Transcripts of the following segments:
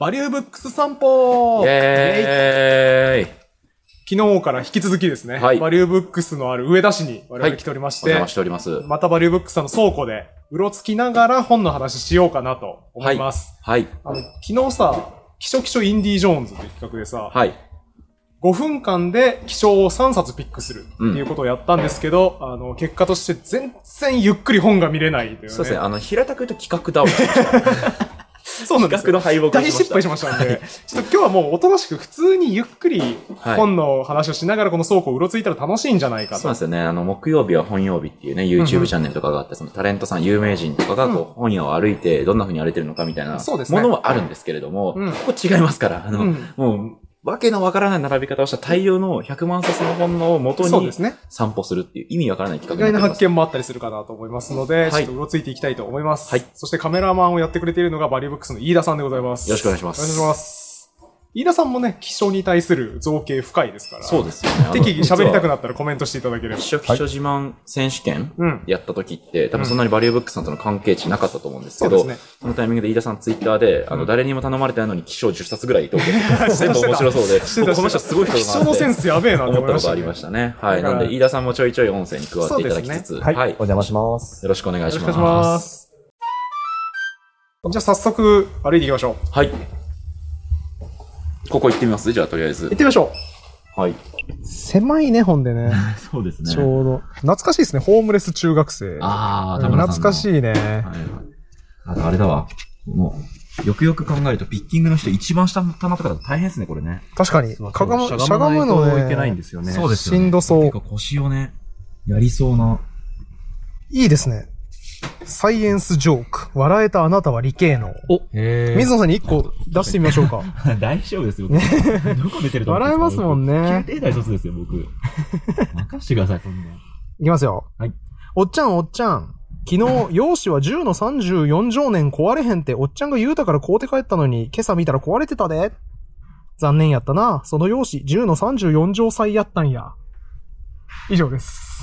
バリューブックス散歩イェーイ。 昨日から引き続きですね、 はい、 バリューブックスのある上田市に我々来ておりまして、 お邪魔しております。 またバリューブックスさんの倉庫でうろつきながら本の話しようかなと思います。 はい。 昨日さ、キショキショインディ・ジョーンズという企画でさ、 はい。 5分間で気象を3冊ピックするっていうことをやったんですけど、結果として全然ゆっくり本が見れないというね。 そうですね。平たく言うと企画倒れしました。 そうなんです。 企画の敗北大失敗しましたので、ちょっと今日はもうおとなしく普通にゆっくり本の話をしながらこの倉庫をうろついたら楽しいんじゃないかと。 そうですよね。木曜日は本曜日っていうね、YouTube チャンネルとかがあって、そのタレントさん、有名人とかがこう、本屋を歩いて、どんな風に歩いてるのかみたいなものはあるんですけれども、ここ違いますから、もう、わけのわからない並び方をした大量の100万冊の本を元に散歩するっていう意味わからない企画になってます。 意外な発見もあったりするかなと思いますので、ちょっとうろついていきたいと思います。はい。そしてカメラマンをやってくれているのがバリューブックスの飯田さんでございます。 よろしくお願いします。 お願いします。飯田さんもね、気象に対する造形深いですから。 そうですよね。 適宜喋りたくなったらコメントしていただければ。 気象自慢選手権やった時って、多分そんなにバリューブックスさんとの関係値なかったと思うんですけど、そのタイミングで飯田さんツイッターで、誰にも頼まれてないのに気象10冊ぐらい投稿して全部面白そうで、この人すごい人だなって。 気象のセンスやべえなって思ったことありましたね。はい。なんで飯田さんもちょいちょい音声に加わっていただきつつ、 はい。お邪魔します。 よろしくお願いします。 よろしくお願いします。じゃあ早速歩いていきましょう。 はい。ここ行ってみます？じゃあとりあえず。 行ってみましょう。はい。 狭いね、本でね。 そうですね。 ちょうど。懐かしいですね、ホームレス中学生。 ああ、 懐かしいね。はいはい。あれだわ。もう、よくよく考えると、ピッキングの人一番下の棚とかだと大変ですね、これね。 確かに。しゃがむのね。 いけないんですよね。 そうですよね。しんどそう。 てか腰をね、やりそうな。 いいですね。サイエンスジョーク。笑えたあなたは理系能。水野さんに1個出してみましょうか。 大丈夫ですよ。どこ出てると思笑えますもんね。 宮廷大卒ですよ、僕。任してください、そんな。 いきますよ。 はい。 おっちゃん。昨日、容姿は10の34条年壊れへんっておっちゃんが言うたから買うて帰ったのに、今朝見たら壊れてたで。残念やったな。その容姿10の34条歳やったんや。以上です。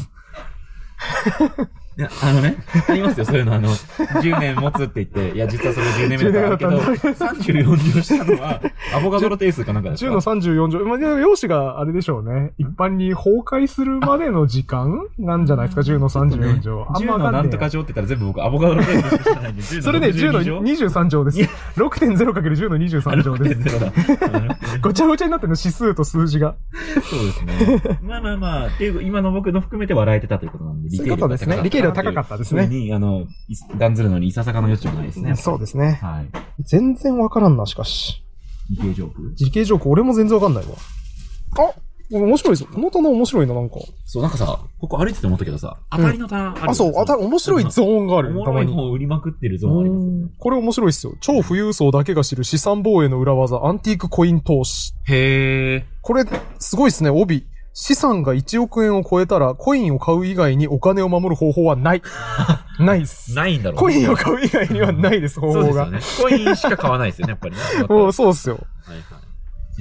いや、ありますよ、そういうの、10年持つって言って、いや、実はそれ10年目だったけど、34条したのは、アボガドロ定数かなんかですか？ 10の34条。まあ、容姿があれでしょうね。一般に崩壊するまでの時間なんじゃないですか、10の34条。 10のなんとか条って言ったら全部僕アボガドロ定数しかないんで、 それね、10の23条です。6.0×10 の23条です。ごちゃごちゃになってるの、指数と数字が。 そうですね。まあ、っていう、今の僕の含めて笑えてたということなんで、 理系量が高かった。理系量高かったですね。 に、断ずるのにいささかの余地もないですね。 そうですね。 はい。 全然わからんな、しかし。 理系ジョーク？ 理系ジョーク、俺も全然わかんないわ。あ、面白いですよ。この棚面白いな、なんか。 そう、なんかさ、ここ歩いてて思ったけどさ、当たりの棚ある。 あ、そう、面白いゾーンがある。 たまに。売りまくってるゾーンありますよね。 これ面白いっすよ。超富裕層だけが知る資産防衛の裏技、アンティークコイン投資。 へー。 これ、すごいっすね、帯。資産が1億円を超えたら、コインを買う以外にお金を守る方法はない。ないっす。 ないんだろう、 コインを買う以外にはないです、方法が。 そうですよね。コインしか買わないですよね、やっぱりね。 そうっすよ。 はいはい。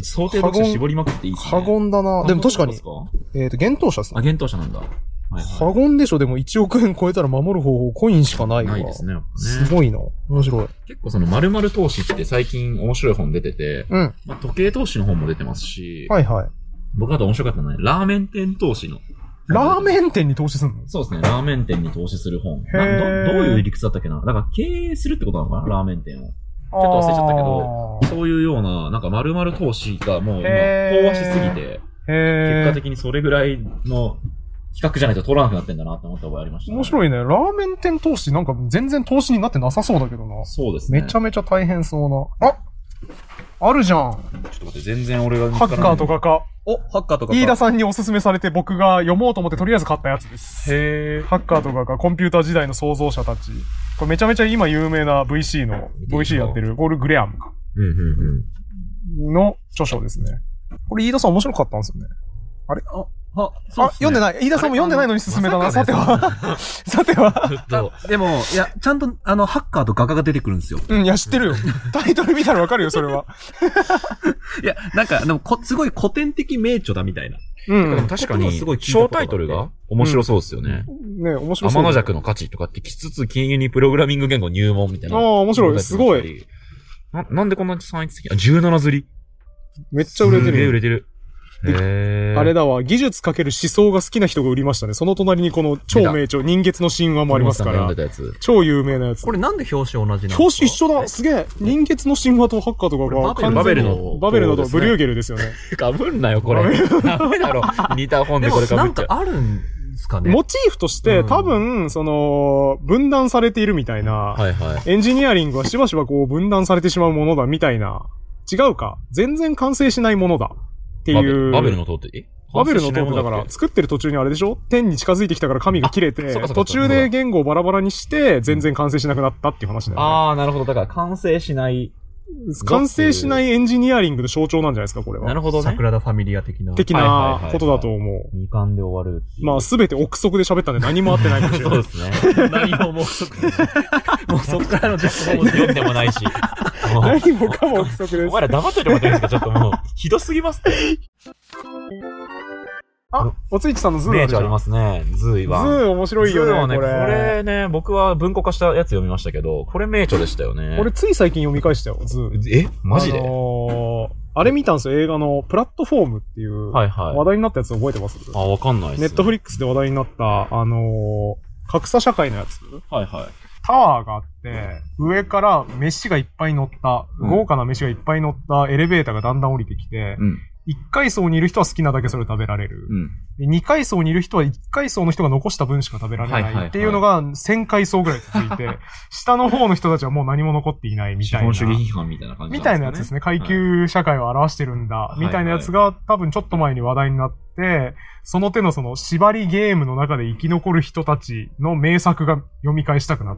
想定読者絞りまくっていいっすね。 過言だな。でも確かに。幻冬者っすね。 あ、幻冬者なんだ。 過言でしょ、でも1億円超えたら守る方法、コインしかないわ。 ないですね、やっぱね。 すごいな。面白い。 結構その〇〇投資って最近面白い本出てて、まあ、時計投資の本も出てますし、 はいはい。 僕あと面白かったのはね、ラーメン店投資の。 ラーメン店に投資するの？ そうですね、ラーメン店に投資する本。どういう理屈だったっけな？なんか経営するってことなのかな？ラーメン店を。ちょっと忘れちゃったけど、そういうような、なんか〇〇投資がもう今、飽和しすぎて、結果的にそれぐらいの企画じゃないと取らなくなってんだなって思った覚えありました、ね。 面白いね。ラーメン店投資なんか全然投資になってなさそうだけどな。 そうですね。 めちゃめちゃ大変そうな。あるじゃん。 ちょっと待って、全然俺がハッカーとかか。 ハッカーとかか。 飯田さんにおすすめされて僕が読もうと思ってとりあえず買ったやつです。 へー。 ハッカーとかか、コンピューター時代の創造者たち。これめちゃめちゃ今有名な VC やってる、ゴール・グレアムか。の著書ですね。これ飯田さん面白かったんですよね。あれ読んでない。飯田さんも読んでないのに進めたな。さては。さては。 でも、いや、ちゃんと、ハッカーと画家が出てくるんですよ。 いや、知ってるよ。タイトル見たらわかるよ、それは。 いや、なんか、でもすごい古典的名著だみたいな。 確かに、小タイトルが面白そうですよね。 ね、面白そう。 天の弱の価値とかってきつつ、金融にプログラミング言語入門みたいな。 面白い。すごい。 なんでこんな3一的17釣りめっちゃ売れてる。 すげえ売れてる。 あれだわ、技術かける思想が好きな人が売りましたね。その隣にこの超名著、人月の神話もありますから。超有名なやつ。 これなんで表紙同じなの？ 表紙一緒だ。すげえ。人月の神話とハッカーとかがバベルのとブリューゲルですよね。 かぶんなよ、これ。ダメだろ。似た本でこれかぶっちゃう。 なんかあるんですかね。 モチーフとして、多分、分断されているみたいな、エンジニアリングはしばしばこう分断されてしまうものだみたいな。違うか。全然完成しないものだ。っていう。 バベルの塔って、 バベルの塔だから、作ってる途中にあれでしょ？天に近づいてきたから神が切れて、途中で言語をバラバラにして、全然完成しなくなったっていう話だよね。 ああ、なるほど。だから完成しない。 完成しないエンジニアリングの象徴なんじゃないですか、これは。 なるほどね。 桜田ファミリア的なことだと思う。 未完で終わる。 まあ、すべて憶測で喋ったんで何も合ってないかもしれない。 そうですね。何ももう憶測。もうそっからの情報も読んでもないし。 何もかも憶測です。 お前ら黙っといてもらっていいですか？ちょっともう、ひどすぎますって。 あ、おついちさんのズーありますね。ズーは。 ズー面白いよね。 ズーはね、これね、僕は文庫化したやつ読みましたけど、これ名著でしたよね。 俺つい最近読み返したよ、ズー。 マジであれ見たんですよ、映画のプラットフォームっていう話題になったやつ覚えてます？ わかんないです。 ネットフリックスで話題になった、格差社会のやつ。タワーがあって、上から飯がいっぱい乗った、豪華な飯がいっぱい乗ったエレベーターがだんだん降りてきて、1階層にいる人は好きなだけそれを食べられる。で2階層にいる人は1階層の人が残した分しか食べられないっていうのが1000階層ぐらい続いて、下の方の人たちはもう何も残っていないみたいな。 資本主義批判みたいな感じみたいなやつですね。階級社会を表してるんだ。みたいなやつが多分ちょっと前に話題になって、その手の縛りゲームの中で生き残る人たちの名作が読み返したくなって、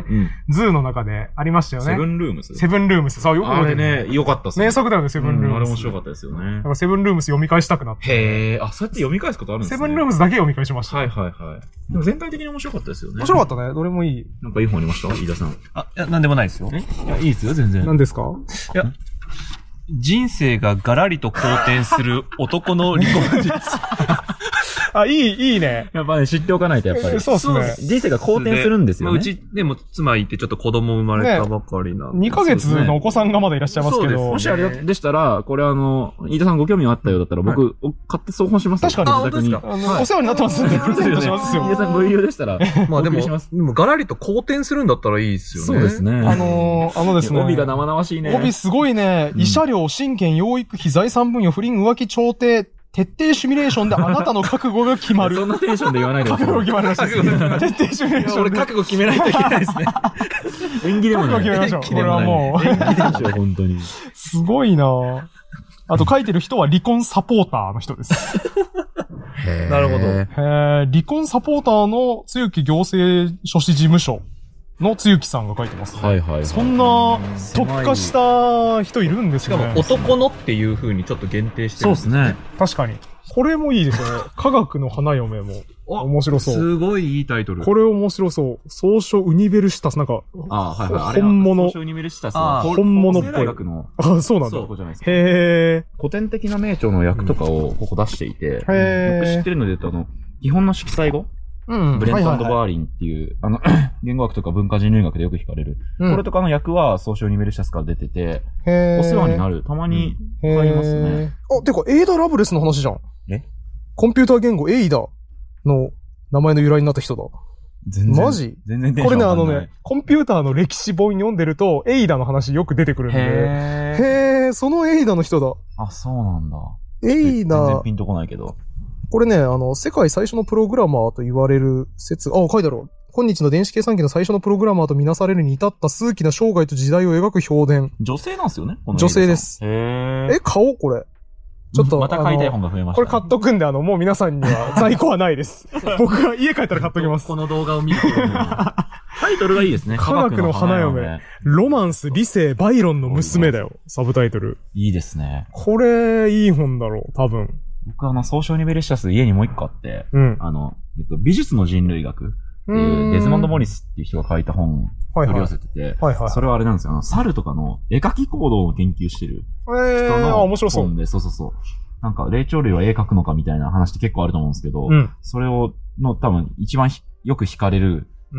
ズーの中でありましたよね。 セブンルームス。 さあ、よく覚えてる。 あれね、よかったっすね。 名作だよね、セブンルームス。 あれ面白かったですよね。 だからセブンルームス読み返したくなって。 へー、そうやって読み返すことあるんですね。 セブンルームスだけ読み返しました。 でも全体的に面白かったですよね。 面白かったね。どれもいい。 なんかいい本ありました飯田さん。 いや、なんでもないですよ。 いや、いいですよ、全然。 何ですか？ いや、人生がガラリと好転する男の離婚術。 いいね。 やっぱね、知っておかないとやっぱり。 そうですね。 人生が好転するんですよね。 うち、でも妻いてちょっと子供生まれたばかりな。 2ヶ月のお子さんがまだいらっしゃいますけど。 もしあれでしたら、これ飯田さんご興味あったようだったら、僕、買って送本しますよ。 確かに。本当ですか？お世話になってますんで、プレゼントしますよ。 飯田さんご有料でしたら。 まあでもガラリと好転するんだったらいいですよね。 そうですね。 ですね。 帯が生々しいね。 帯すごいね。慰謝料、親権、養育費、財産分与、不倫、浮気、調停、徹底シミュレーションであなたの覚悟が決まる。 そんなテンションで言わないでください。 覚悟決まるらしいです。徹底シミュレーション。 俺覚悟決めないといけないですね。 演技でもない。 覚悟決めましょう。これはもう。 演技でしょ、本当に。 すごいなぁ。あと書いてる人は離婚サポーターの人です。 なるほど。 離婚サポーターの露木行政書士事務所の露木さんが書いてますね。そんな特化した人いるんですよね。 しかも男のっていう風にちょっと限定してるんですね。 そうですね。 確かに。これもいいですよね。科学の花嫁も面白そう。 すごいいいタイトル。 これ面白そう。総書ウニベルシタス、なんか、本物。 総書ウニベルシタスは本物っぽい。そうなんだ。へー。 古典的な名著の訳とかをここ出していて、僕知ってるので言うと、基本の色彩語ブレント&バーリンっていう、言語学とか文化人類学でよく聞かれる。これとかの訳は総書ウニベルシタスから出てて、お世話になる。たまに買いますね。 てか、エイダ・ラブレスの話じゃん。コンピューター言語エイダの名前の由来になった人だ。マジ？ 全然これね、コンピューターの歴史本読んでると、エイダの話よく出てくるんで。へー、そのエイダの人だ。 あ、そうなんだ。 エイダ。 全然ピンとこないけど。 これね、世界最初のプログラマーと言われる説、書いてある。今日の電子計算機の最初のプログラマーとみなされるに至った数奇な生涯と時代を描く評伝。 女性なんですよね？ 女性です。買おうこれ。ちょっと。 また買いたい本が増えました。 これ買っとくんで、もう皆さんには在庫はないです。僕が家帰ったら買っときます。 この動画を見ると。 タイトルがいいですね。 科学の花嫁。ロマンス、理性、バイロンの娘だよ。サブタイトル。 いいですね。 これ、いい本だろう、多分。 僕総書ウニベルシタス家にもう一個あって、美術の人類学っていうデズモンド・モリスっていう人が書いた本を取り寄せてて、それはあれなんですよ。猿とかの絵描き行動を研究してる人の本で、そう。なんか、霊長類は絵描くのかみたいな話って結構あると思うんですけど、それを、多分一番よく惹かれる、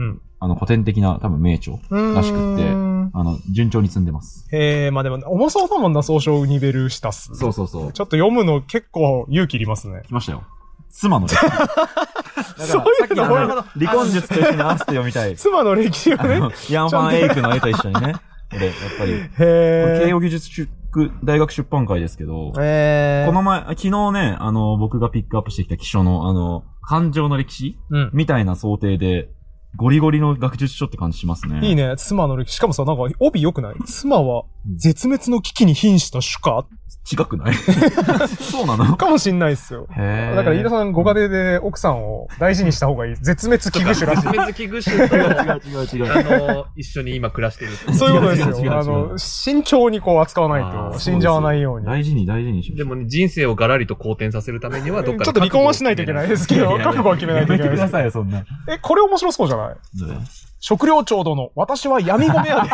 古典的な多分名著らしくって、順調に積んでます。 まあでも、重そうだもんな、総称ウニベルシタス。 そうそうそう。 ちょっと読むの結構勇気いりますね。 来ましたよ。妻の歴史。 そういうの離婚術と一緒に合わせて読みたい。 妻の歴史をね。 ヤンファン・エイクの絵と一緒にね。これ、やっぱり。慶応義塾大学出版会ですけど、この前、昨日ね、僕がピックアップしてきた記書の、感情の歴史、みたいな想定で、ゴリゴリの学術書って感じしますね。 いいね。妻の歴史。しかもさ、なんか帯良くない？妻は絶滅の危機に瀕した種か？ 違くないそうなのかもしんないっすよ。 へー。 だから飯田さんご家庭で奥さんを大事にした方がいい。絶滅危惧種らしい。 絶滅危惧種と違う。一緒に今暮らしてる。 そういうことですよ。慎重にこう扱わないと死んじゃわないように。 大事にしましょう。 でもね、人生をガラリと好転させるためにはどっかでちょっと離婚はしないといけないですけど、覚悟は決めないといけないです。 やめてくださいよ、そんな。 これ面白そうじゃない？食料庁殿、私は闇米屋です。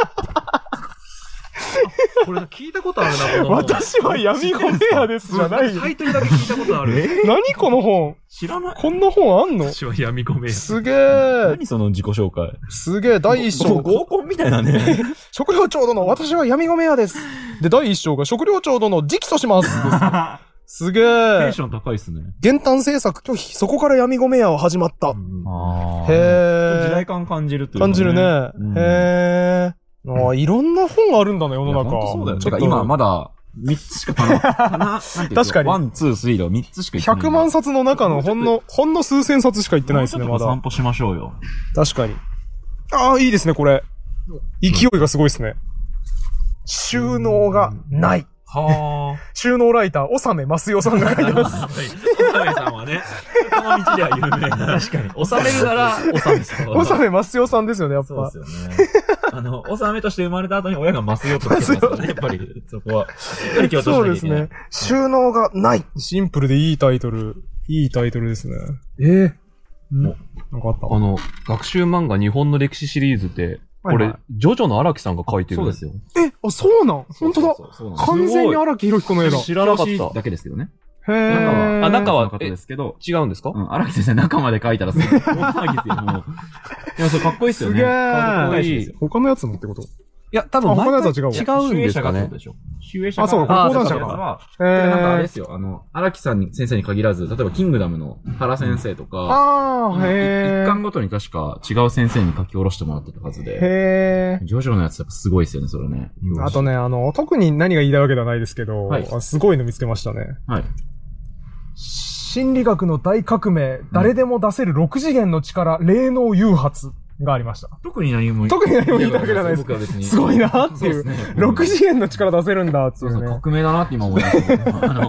これ聞いたことあるな、この。 私は闇米屋ですじゃない。 タイトルだけ聞いたことある。 何この本？ 知らない。 こんな本あんの？ 私は闇米屋。 すげえ。 何その自己紹介。 すげえ、第一章。 合コンみたいなね。 食料庁殿、私は闇米屋です。で、第一章が食料庁殿、直訴します。すげえ。 テンション高いっすね。 減反政策拒否、そこから闇米屋は始まった。へえ。時代感感じるというか。 感じるね。へえ。いろんな本があるんだね、世の中。 そうだよ。ちょっと今まだ3つしか確かに。1、2、3で3つしか言ってない。 100万冊の中のほんの数千冊しか言ってないですね、まだ。 散歩しましょうよ。 確かに。ああ、いいですね、これ。勢いがすごいですね。収納がない。 はあ。 収納ライター、納めますよさんが書いてます。 納めさんはね、この道では有名な。確かに。納めるなら、納めさん。 納めますよさんですよね、やっぱ。 そうですよね。納めとして生まれた後に親がますよとか言ってますからね、やっぱり、そこは。 そうですね。収納がない。シンプルでいいタイトル。いいタイトルですね。なんかあった学習漫画日本の歴史シリーズって、これ、ジョジョの荒木さんが書いてる。 そうですよ。 そうなん本当だ。完全に荒木博彦の絵だ。 知らなかった。 だけですけどね。 へー。 中は、 ですけど。 違うんですか？ 荒木先生中まで書いたらすごい大騒ぎですよ、もう。いや、それかっこいいっすよね。 すげー。他のやつもってこと？ いや、多分、 他のやつは違う。 違うんですかね。 集英社が。 そうか、講談社が。 なんかあれですよ、荒木先生に限らず、例えば、キングダムの原先生とか、一巻ごとに確か違う先生に書き下ろしてもらってたはずで、ジョジョのやつやっぱすごいですよね、それね。 あとね、特に何が言いたいわけではないですけど、すごいの見つけましたね。 はい。 心理学の大革命、誰でも出せる6次元の力、霊能誘発。がありました。 特に何も言いたわけじゃないです。すごいなっていう。6次元の力出せるんだっていうね。 革命だなって今思いました。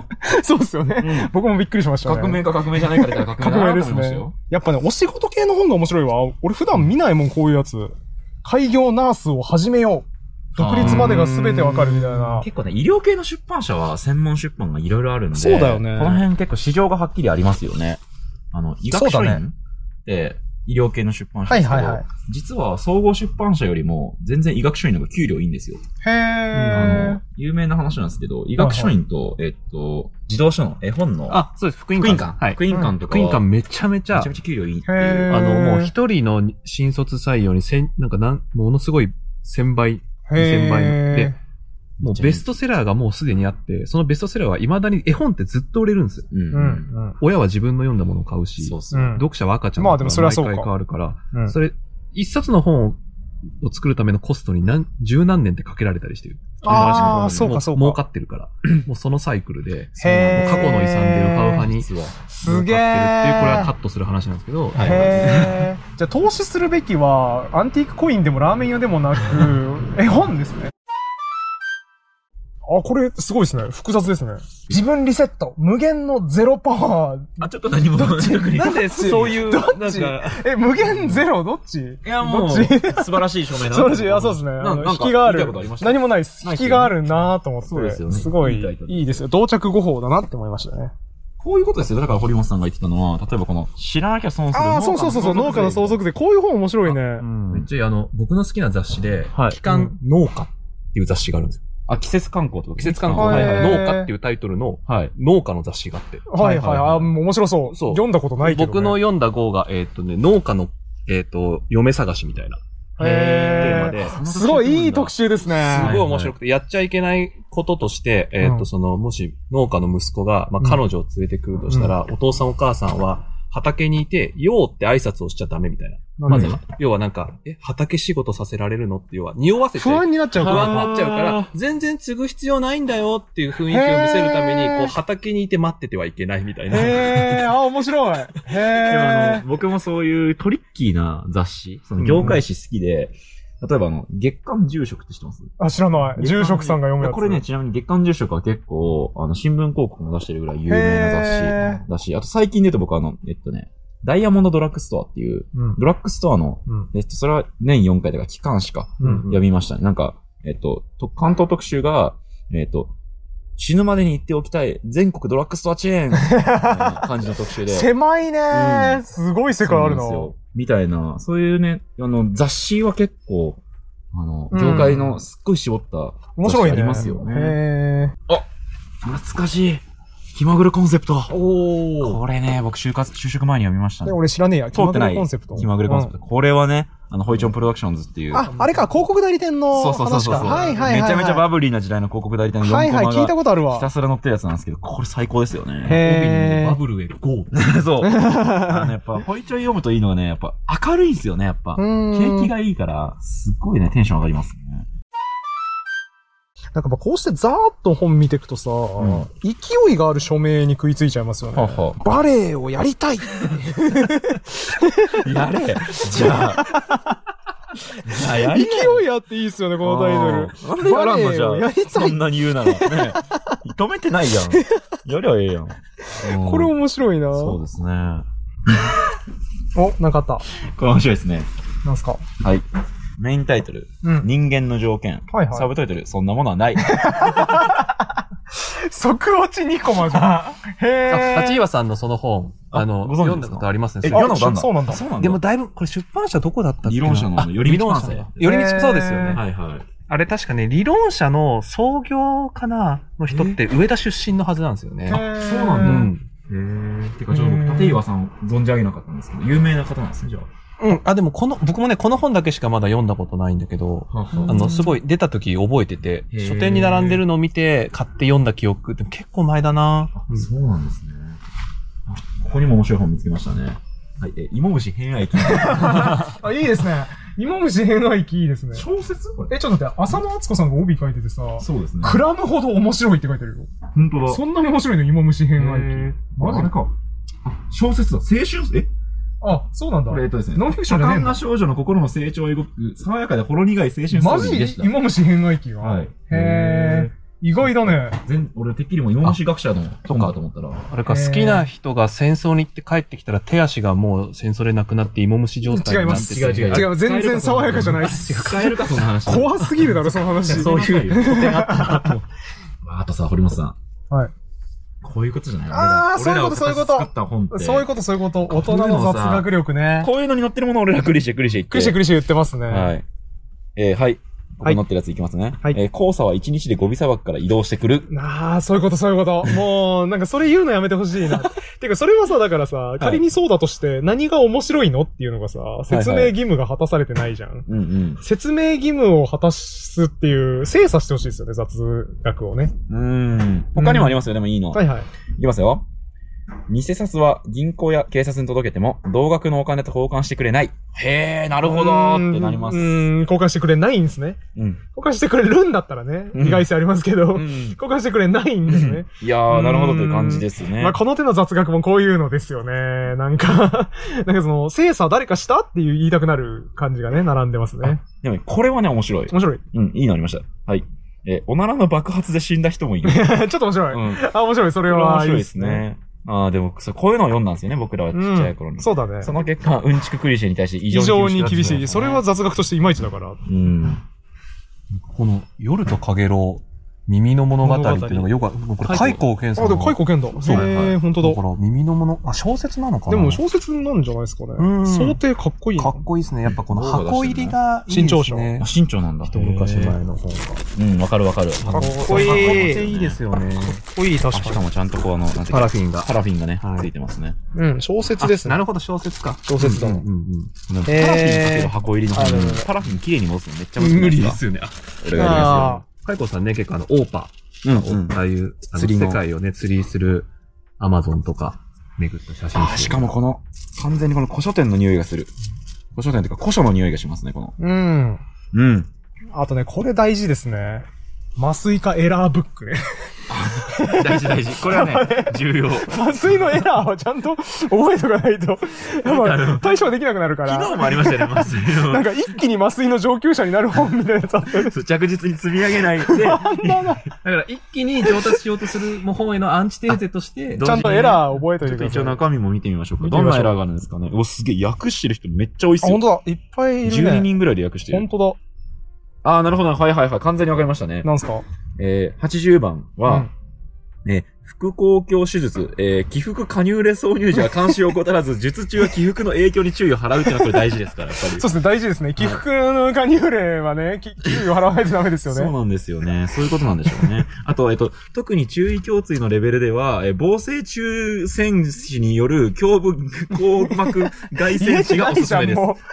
そうですよね。僕もびっくりしましたね。 革命か革命じゃないかで革命だなと思いましたよ。 やっぱね、お仕事系の本が面白いわ。俺普段見ないもん、こういうやつ。開業ナースを始めよう。独立までが全てわかるみたいな。 結構ね、医療系の出版社は専門出版がいろいろあるんで。 そうだよね。 この辺結構市場がはっきりありますよね。医学書院って医療系の出版社ですけど、実は総合出版社よりも全然医学書院の方が給料いいんですよ。 へー。 有名な話なんですけど、医学書院と、自動書の絵本の。 そうです、福音館。 福音館とか。 福音館めちゃめちゃ給料いいっていう。 もう一人の新卒採用にものすごい1000倍、2000倍で、もうベストセラーがもうすでにあって、そのベストセラーは未だに絵本ってずっと売れるんですよ。親は自分の読んだものを買うし、読者は赤ちゃんだから毎回変わるから、それ、一冊の本を作るためのコストに十何年ってかけられたりしてる。 そうか。 儲かってるから。もうそのサイクルで、過去の遺産でウハウハに儲かってるっていう、これはカットする話なんですけど。 じゃあ投資するべきは、アンティークコインでもラーメン屋でもなく、絵本ですね。これ、すごいですね。複雑ですね。自分リセット。無限のゼロパワー。 ちょっと何も。 なんでそういう、 なんか。無限ゼロどっち？ いや、もう、素晴らしい署名な。 素晴らしい。そうですね。引きがある。何もないです。引きがあるなと思って。 そうですよね。 すごい、いいですよ。同着語法だなって思いましたね。 こういうことですよ。だから堀本さんが言ってたのは、例えばこの、知らなきゃ損する農家の相続税。 そう、農家の相続税。こういう本面白いね。 めっちゃ僕の好きな雑誌で、期間農家っていう雑誌があるんですよ。 季節観光とか。 季節観光。農家っていうタイトルの、農家の雑誌があって。 面白そう。読んだことないけど。 僕の読んだ号が、農家の嫁探しみたいな。テーマで。 すごいいい特集ですね。 すごい面白くて、やっちゃいけないこととして、もし農家の息子が、彼女を連れてくるとしたら、お父さんお母さんは、畑にいて、よーって挨拶をしちゃダメみたいな。まず、要はなんか、畑仕事させられるのって要は、匂わせて。 不安になっちゃうから。 不安になっちゃうから、全然継ぐ必要ないんだよっていう雰囲気を見せるために、こう、畑にいて待っててはいけないみたいな。 面白い。 僕もそういうトリッキーな雑誌、その業界誌好きで、例えば月刊住職って知ってます？ 知らない。住職さんが読むやつ。 これね、ちなみに月刊住職は結構、新聞広告も出してるぐらい有名な雑誌だし、あと最近で言うと僕ダイヤモンドドラッグストアっていう、ドラッグストアの、それは年4回だから期間しか読みましたね。なんか、関東特集が、死ぬまでに言っておきたい全国ドラッグストアチェーン感じの特集で。 狭いねー。すごい世界あるな。 みたいな、そういうね、雑誌は結構、業界のすっごい絞った面白いね。 ありますよね。懐かしい。気まぐれコンセプト。これね、僕就職前に読みましたね。 俺知らねえや。 気まぐれコンセプト。気まぐれコンセプト。これはね、ホイチョンプロダクションズっていう。 あれか、広告代理店の話か。 そう。 はいはい。 めちゃめちゃバブリーな時代の広告代理店の4コマが。 はいはい、聞いたことあるわ。 ひたすら載ってるやつなんですけど、これ最高ですよね。 へー。バブルへゴー。 そう。やっぱ、ホイチョン読むといいのはね、やっぱ明るいんですよね、やっぱ。景気がいいから、すっごいね、テンション上がりますね。 なんかこうしてざーっと本見ていくとさ、勢いがある署名に食いついちゃいますよね。バレエをやりたいやれじゃあ。 勢いあっていいっすよね、このタイトル。 バレエをやりたい。そんなに言うなら。ね。止めてないやん。やりゃええやん。 これ面白いな。 そうですね。 なんかあった。 これ面白いですね。 なんすか？ はい。メインタイトル、人間の条件。サブタイトル、そんなものはない。 即落ち2コマじゃん。へー。立岩さんのその本、読んだことありますね。 読んだことあるんだ。 そうなんだ。 でもだいぶ、これ出版社どこだったっけ？ 理論社の寄り道版社。 寄り道、そうですよね。 はいはい。 あれ確かね、理論社の創業かなの人って上田出身のはずなんですよね。 そうなんだ。てか、ちょっと僕、立岩さん存じ上げなかったんですけど、有名な方なんですね、じゃあ。 でも僕もね、この本だけしかまだ読んだことないんだけど、すごい出た時覚えてて、書店に並んでるのを見て買って読んだ記憶って結構前だな。 そうなんですね。ここにも面白い本見つけましたね。はい、芋虫偏愛記。 いいですね。芋虫偏愛記いいですね。 小説？ ちょっと待って、浅野敦子さんが帯書いててさ、 そうですね。 クラムほど面白いって書いてるよ。 本当だ。 そんなに面白いの、芋虫偏愛記。 あれか。小説だ。青春、 そうなんだ。 ですね。 ノンフィクションじゃねえんだ。 多感な少女の心の成長を描く、爽やかでほろ苦い青春ストーリーでした。 マジ？芋虫偏愛記が。 はい。 へー。意外だね。 俺てっきりも芋虫学者の本かと思ったら。 あれか、好きな人が戦争に行って帰ってきたら手足がもう戦争でなくなって芋虫状態になってて。 違う。全然爽やかじゃないっす。 使えるか、その話。 怖すぎるだろ、その話。 そういう古典あったなと思って。あとさ、堀本さん。 はい。 こういうことじゃない？ そういうこと。 作った本って。 そういうこと。大人の雑学力ね。 こういうのに載ってるものを俺らクリシェ言って。 クリシェ言ってますね。 はい。はい。ここ載ってるやついきますね。はい。黄砂は1日でゴビ砂漠から移動してくる。 そういうこと。もう、なんかそれ言うのやめてほしいな。てか、それはさ、だからさ、仮にそうだとして何が面白いのっていうのがさ、説明義務が果たされてないじゃん。説明義務を果たすっていう、精査してほしいですよね、雑学をね。 他にもありますよ、でもいいの。 はい。いきますよ。偽札は銀行や警察に届けても同額のお金と交換してくれない。へー、なるほどーってなります。 交換してくれないんですね。交換してくれるんだったらね、意外性ありますけど、交換してくれないんですね。 いやー、なるほどという感じですね。 この手の雑学もこういうのですよね。なんかその、精査誰かしたっていう言いたくなる感じがね、並んでますね。 でも、これはね、面白い。いいのありました。はい。おならの爆発で死んだ人もいる。 ちょっと面白い。面白い。それは面白いですね。でも、こういうのを読んだんですよね、僕らはちっちゃい頃に。 そうだね。 その結果、うんちくクリシェに対して異常に厳しい。 それは雑学としていまいちだから。 この、夜とかげろう耳の物語っていうのがよく、これ、海口健さん。 あ、でも海口健だ。 そうへえ、ほんとだ。 だから、耳の物、小説なのかな。 でも小説なんじゃないですかね。想定かっこいい。 かっこいいですね。やっぱこの箱入りがいいですね。 新潮なんだ。 一昔前の本が。 わかるわかる。 かっこいい。 めいいですよね。 かっこいい、確かに。 しかもちゃんとこうパラフィンがね、ついてますね。 小説ですね。 なるほど、小説か。 小説だ。 パラフィンかける箱入りの本。パラフィン綺麗に持つのめっちゃ無理ですよね。 俺がやりますよ。海口さんね、結構オーパー。ああいう、世界をね、釣りするアマゾンとか巡った写真集。 しかも完全にこの古書店の匂いがする。古書店というか古書の匂いがしますね、あとね、これ大事ですね。麻酔科エラーブックね。 大事。これはね、重要。 麻酔のエラーはちゃんと覚えとかないと、対処できなくなるから。 昨日もありましたね、麻酔の。 なんか一気に麻酔の上級者になる本みたいなやつあって。 着実に積み上げないで。だから一気に上達しようとする本へのアンチテーゼとして、 ちゃんとエラー覚えといてください。 一応中身も見てみましょうか。どんなエラーがあるんですかね。すげえ、訳してる人めっちゃ多いっすよ。 ほんとだ。いっぱいいるね。 12人ぐらいで訳してる。 ほんとだ。 なるほど。はい。完全にわかりましたね。 なんすか 80番は、腹腔鏡手術、起伏加入レ挿入時は監視を怠らず、術中は起伏の影響に注意を払うっていうのはこれ大事ですから、やっぱり。 そうですね、大事ですね。起伏の加入例はね、注意を払わないとダメですよね。 そうなんですよね。そういうことなんでしょうね。あと、特に注意胸椎のレベルでは、防静中栓子による胸部硬膜外栓子がおすすめです。はい。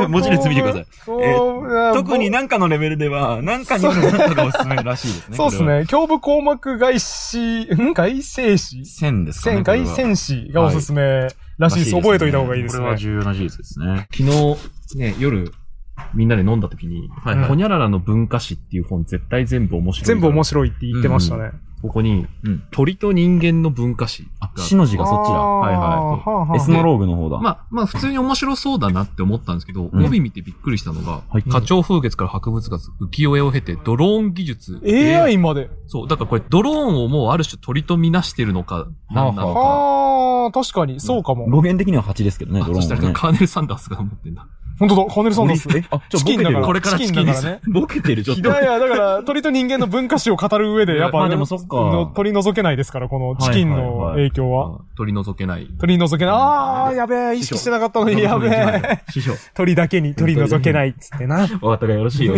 文字列見てください。特に何かのレベルでは、何かによる何かがおすすめらしいですね。 そうですね。胸部硬膜外栓子栓ですかね。 外栓子がおすすめらしいです。覚えといた方がいいですね。 これは重要な事実ですね。 昨日、ね、夜、みんなで飲んだ時に、ホニャララの文化史っていう本絶対全部面白い。 全部面白いって言ってましたね。 ここに、鳥と人間の文化史。 死の字がそっちだ。はい。エスノローグの方だ。 まあ普通に面白そうだなって思ったんですけど、帯見てびっくりしたのが、花鳥風月から博物学、浮世絵を経て、ドローン技術。 AI まで。 そう。だからこれドローンをもうある種鳥とみなしてるのか、なんなのか。 確かに、そうかも。 語源的には8ですけどね、ドローン。 そしたらカーネル・サンダースが思ってんだ。 本当だ、カーネル・サンダース。 チキンだから。これからチキンですね。 ボケてる、ちょっと。 いや、だから、鳥と人間の文化史を語る上で、やっぱ、 でもそっか。 取り除けないですから、このチキンの影響は。 取り除けない。 取り除けない。やべえ、意識してなかったのに、やべえ。鳥だけに取り除けないっつってな。 お後がよろしいよ。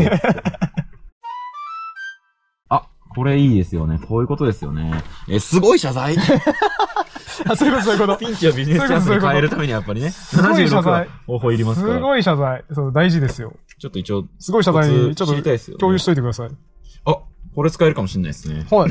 これいいですよね。こういうことですよね。すごい謝罪そういうこと。 ピンチをビジネスチャンスに変えるためにはやっぱりね。 すごい謝罪。 方法いりますから。 すごい謝罪。そう、大事ですよ。 ちょっと一応。 すごい謝罪、ちょっと共有しといてください。 これ使えるかもしれないですね。 はい。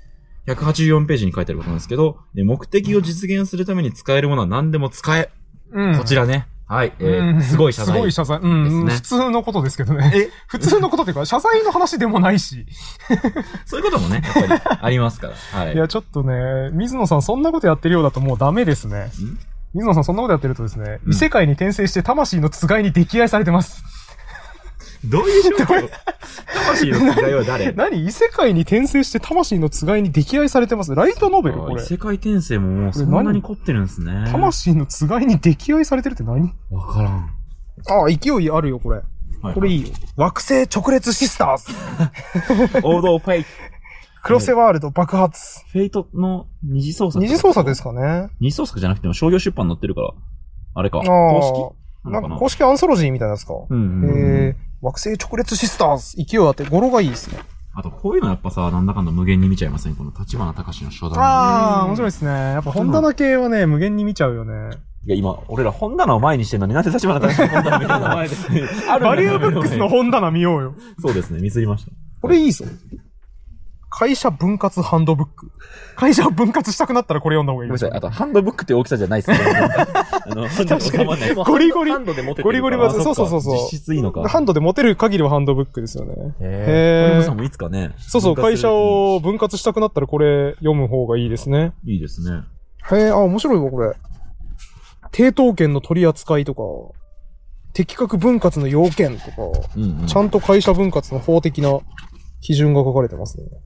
184ページに書いてあることなんですけど、目的を実現するために使えるものは何でも使え。こちらね。はい。すごい謝罪。 すごい謝罪。普通のことですけどね。普通のことっていうか、謝罪の話でもないし。 そういうこともね、やっぱりありますから。はい。 いや、ちょっとね、水野さんそんなことやってるようだともうダメですね。水野さんそんなことやってるとですね、異世界に転生して魂のつがいに溺愛されてます。 どういう状況？魂のつがいは誰？ 何？異世界に転生して魂のつがいに溺愛されてます。ライトノベルこれ。 異世界転生ももうそんなに凝ってるんですね。 魂のつがいに溺愛されてるって何？ わからん。 勢いあるよ、これ。これいいよ。惑星直列シスターズ。 王道フェイト。 クロセワールド爆発。 フェイトの二次創作。 二次創作ですかね。 二次創作じゃなくても商業出版載ってるから。あれか。 公式なんか公式アンソロジーみたいなやつか。惑星直列シスターズ。勢いあって語呂がいいですね。 あと、こういうのやっぱさ、なんだかんだ無限に見ちゃいません？この立花隆の初段。 面白いですね。やっぱ本棚系はね、無限に見ちゃうよね。 いや、今、俺ら本棚を前にしてんのになんで立花隆の本棚みたいな前で。 バリューブックスの本棚見ようよ。 そうですね、ミスりました。 これいいぞ。会社分割ハンドブック。会社を分割したくなったらこれ読んだ方がいい。 ごめんなさい。あと、ハンドブックって大きさじゃないっすね。 確かに。ゴリゴリ。 ハンドで持てる。 ゴリゴリは、そう。 実質いいのか。 ハンドで持てる限りはハンドブックですよね。 へぇ。さんもいつかね。 そう、会社を分割したくなったらこれ読む方がいいですね。 いいですね。 へぇ、面白いわ、これ。抵当権の取り扱いとか、適格分割の要件とか、ちゃんと会社分割の法的な基準が書かれてますね。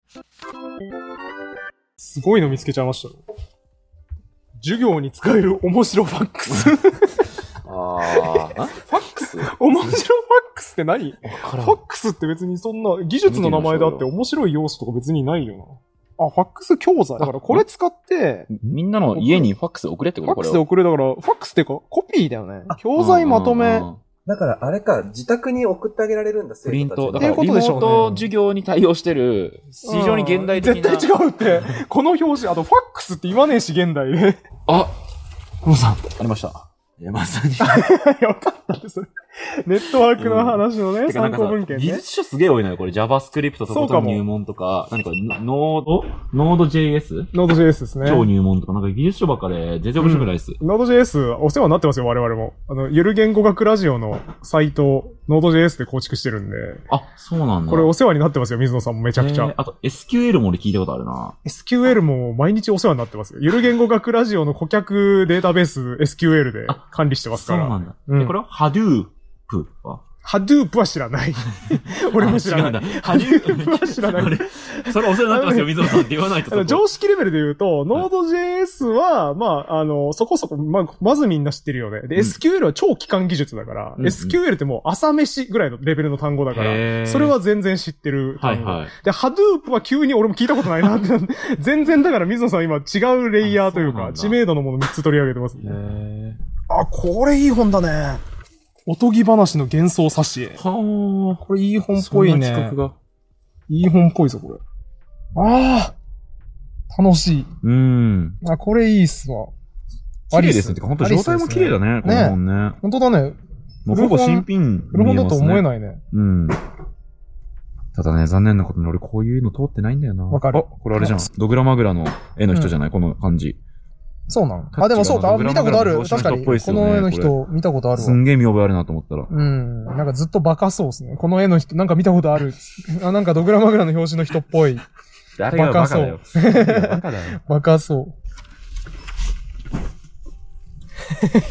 すごいの見つけちゃいましたよ。授業に使える面白ファックス。ファックス面白ファックスって何？ファックスって別にそんな技術の名前だって面白い要素とか別にないよな。あ、ファックス教材。だからこれ使って、 みんなの家にファックス送れってこと？ ファックスで送れだから、ファックスってかコピーだよね。教材まとめ。 だからあれか、自宅に送ってあげられるんだ、 プリント。だからリモート授業に対応してる、非常に現代的な。 絶対違うって。この表紙、あとファックスって言わねえし、現代で。 あ、 コモさん。ありました。いや、まさに。 よかったです。ネットワークの話のね、参考文献ね。 技術書すげえ多いのよ。これ JavaScript とことん入門とか、何これ、Node.js？ Node.js ですね。 超入門とか、なんか技術書ばっかで全然面白くないです。 Node.js お世話になってますよ、我々も。ゆる言語学ラジオのサイト、Node.js で構築してるんで。 あ、そうなんだ。 これお世話になってますよ、水野さんもめちゃくちゃ。 あと SQL も俺聞いたことあるな。 SQL も毎日お世話になってますよ。ゆる言語学ラジオの顧客データベース SQL で管理してますから。 そうなんだ。で、これは Hadoopは Hadoop は知らない。俺も知らない。Hadoop は知らない。 それお世話になってますよ、水野さんって言わないと。 常識レベルで言うと、Node.js は、まあ、そこそこ、まずみんな知ってるよね。で、SQL は超基幹技術だから、SQL ってもう朝飯ぐらいのレベルの単語だから、それは全然知ってる単語。で、Hadoop は急に俺も聞いたことないなって。全然だから水野さん今違うレイヤーというか、知名度のもの3つ取り上げてますね。あ、これいい本だね。おとぎ話の幻想挿絵。はあ。これいい本っぽいね。そんな企画が。いい本っぽいぞ、これ。ああ。楽しい。あ、これいいっすわ。 綺麗ですね。てか、ほんと状態も綺麗だね、この本ね。 ほんとだね。 もうほぼ新品。 古本だと思えないね。 ただね、残念なことに俺こういうの通ってないんだよな。 わかる。 これあれじゃん。ドグラマグラの絵の人じゃない、この感じ。 そうなの？あ、でもそうか。見たことある。確かに。この絵の人、見たことあるわ。 すんげえ見覚えあるなと思ったら。 なんかずっとバカそうですね。この絵の人、なんか見たことある。なんかドグラマグラの表紙の人っぽい。 誰がバカだよ。バカだよ。 バカそう。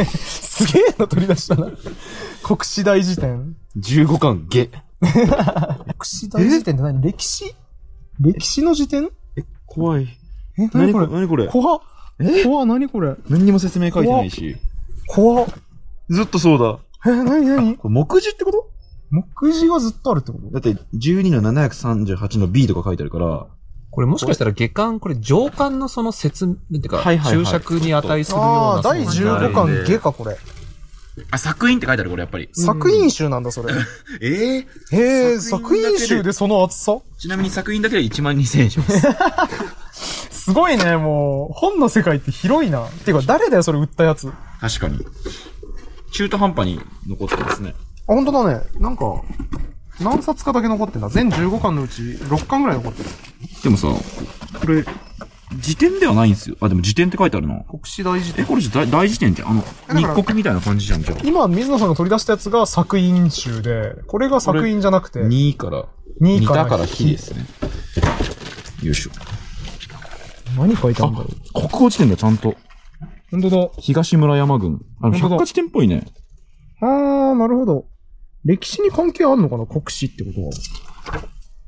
すげえの取り出したな。国史大辞典。 15巻下。 国史大辞典って何？歴史の辞典？ 怖い。 何これ？ 何これ？ 怖っ。怖っ、何これ？ 何にも説明書いてないし。 怖っ。 ずっとそうだ。 何これ目次ってこと？ 目次がずっとあるってこと？ だって12の738の B とか書いてあるから、 これもしかしたら下巻、これ上巻のその説明っていうか、注釈に値するような。 第15巻下か、これ。 あ、作品って書いてある、これやっぱり。 作品集なんだ、それ。作品集でその厚さ？ ちなみに作品だけで12000円します。 すごいね、もう、本の世界って広いな。っていうか、誰だよ、それ売ったやつ。 確かに。中途半端に残ってますね。 あ、ほんとだね。なんか、何冊かだけ残ってんだ。全15巻のうち6巻ぐらい残ってる。 でもさ、これ、辞典ではないんですよ。あ、でも辞典って書いてあるな。 国史大辞典。 これ大辞典って日国みたいな感じじゃん、じゃあ。 今、水野さんが取り出したやつが作品集で、これが作品じゃなくて。 2から火ですね。よいしょ。 何書いてあるんだろう。国語辞典だ、ちゃんと。 ほんとだ。 東村山郡。百科辞典っぽいね。 なるほど。歴史に関係あんのかな、国史ってことは。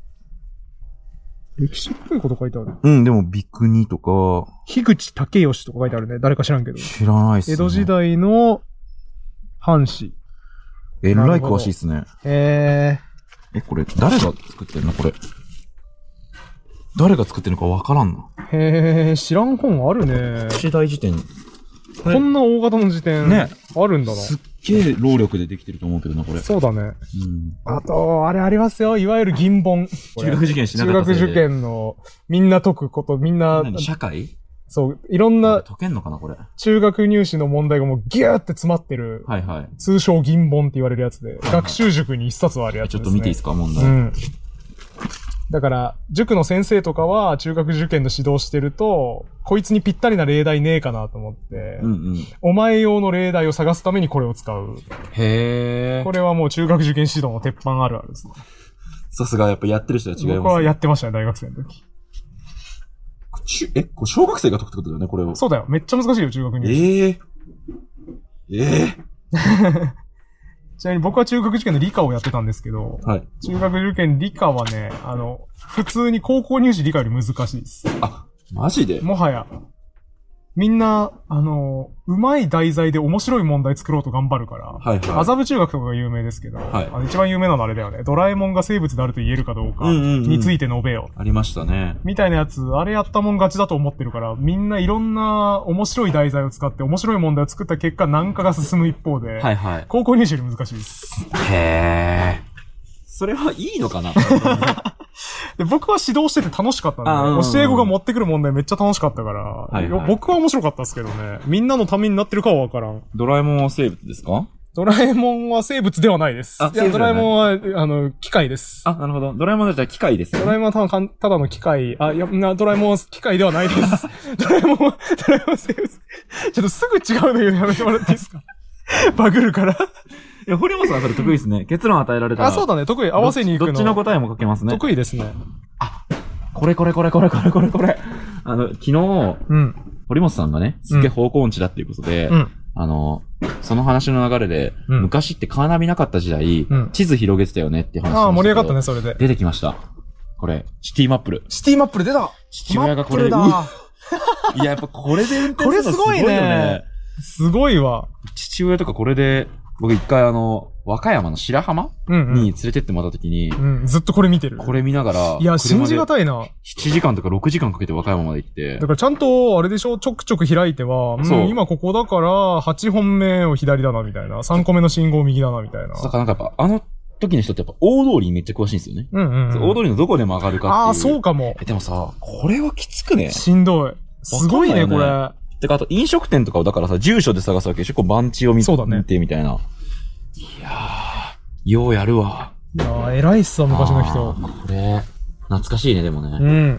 歴史っぽいこと書いてある。 でも、ビクニとか。 樋口武義とか書いてあるね。誰か知らんけど。 知らないっすね。 江戸時代の藩士。 えらい詳しいっすね。これ、誰が作ってるのこれ。誰が作ってるのかわからんな。 知らん本あるね。 国史大辞典。 こんな大型の辞典。ね。あるんだな。 すっげえ労力でできてると思うけどな、これ。 そうだね。あと、あれありますよ。いわゆる銀本。 中学受験しなかった中学受験の、みんな解くこと、みんな。 社会？ そう、いろんな。 解けんのかな、これ。 中学入試の問題がもうギューって詰まってる。通称銀本って言われるやつで。学習塾に一冊はあるやつですね。 ちょっと見ていいですか、問題。 だから、塾の先生とかは中学受験の指導してると、こいつにぴったりな例題ねえかなと思って、お前用の例題を探すためにこれを使う。 へー。 これはもう中学受験指導の鉄板あるあるですね。 さすがやっぱやってる人は違いますね。 僕はやってましたね、大学生の時。 これ小学生が解くってことだよね、これを。 そうだよ。めっちゃ難しいよ、中学入試。ちなみに僕は中学受験の理科をやってたんですけど、中学受験理科はね、普通に高校入試理科より難しいです。 あ、マジで？ もはや。 みんな、うまい題材で面白い問題作ろうと頑張るから、はいはい。麻布中学とかが有名ですけど、はい。一番有名なのあれだよね。ドラえもんが生物であると言えるかどうかについて述べよう。 ありましたね。 みたいなやつ、あれやったもん勝ちだと思ってるから、みんないろんな面白い題材を使って面白い問題を作った結果、難化が進む一方で、はいはい。高校入試より難しいです。 へー。それはいいのかなで僕は指導してて楽しかったんで、教え子が持ってくる問題めっちゃ楽しかったから、はいはい、僕は面白かったですけどね、みんなのためになってるかはわからん。 ドラえもんは生物ですか？ ドラえもんは生物ではないです。いや、ドラえもんは、機械です。 あ、なるほど。ドラえもんはじゃあ機械ですね。 ドラえもんはただの機械。あ、いや、ドラえもんは機械ではないです。ドラえもんは生物。ちょっとすぐ違うの言うのやめてもらっていいですか？バグるから。 いや、堀本さんそれ得意ですね。結論与えられたら。 あ、そうだね。得意。合わせに行くの。 どっちの答えも書けますね。 得意ですね。 あ、これ。昨日、堀本さんがね、すっげえ方向音痴だっていうことで、その話の流れで、昔ってカーナビなかった時代、地図広げてたよねっていう話をした。 ああ、盛り上がったね、それで。 出てきました。これ、シティマップル。 シティマップル出た。 父親がこれで、いや、やっぱこれで運転するのすごいよね。 すごいわ。 父親とかこれで、僕一回和歌山の白浜に連れてってもらった時に、 ずっとこれ見てる。 これ見ながら、 いや、信じがたいな。 7時間とか6時間かけて和歌山まで行って。 だからちゃんと、あれでしょ、ちょくちょく開いては、今ここだから、8本目を左だな、みたいな。3個目の信号右だな、みたいな。 だからなんかやっぱ、時の人ってやっぱ大通りにめっちゃ詳しいんですよね。大通りのどこでも上がるかっていう。 ああ、そうかも。 でもさ、これはきつくね。 しんどい。すごいね、これ。 てか、あと飲食店とかをだからさ、住所で探すわけでしょ、こう番地を見てみたいな。いやー、ようやるわ。 いやー、偉いっすわ、昔の人。 これ、懐かしいね、でもね。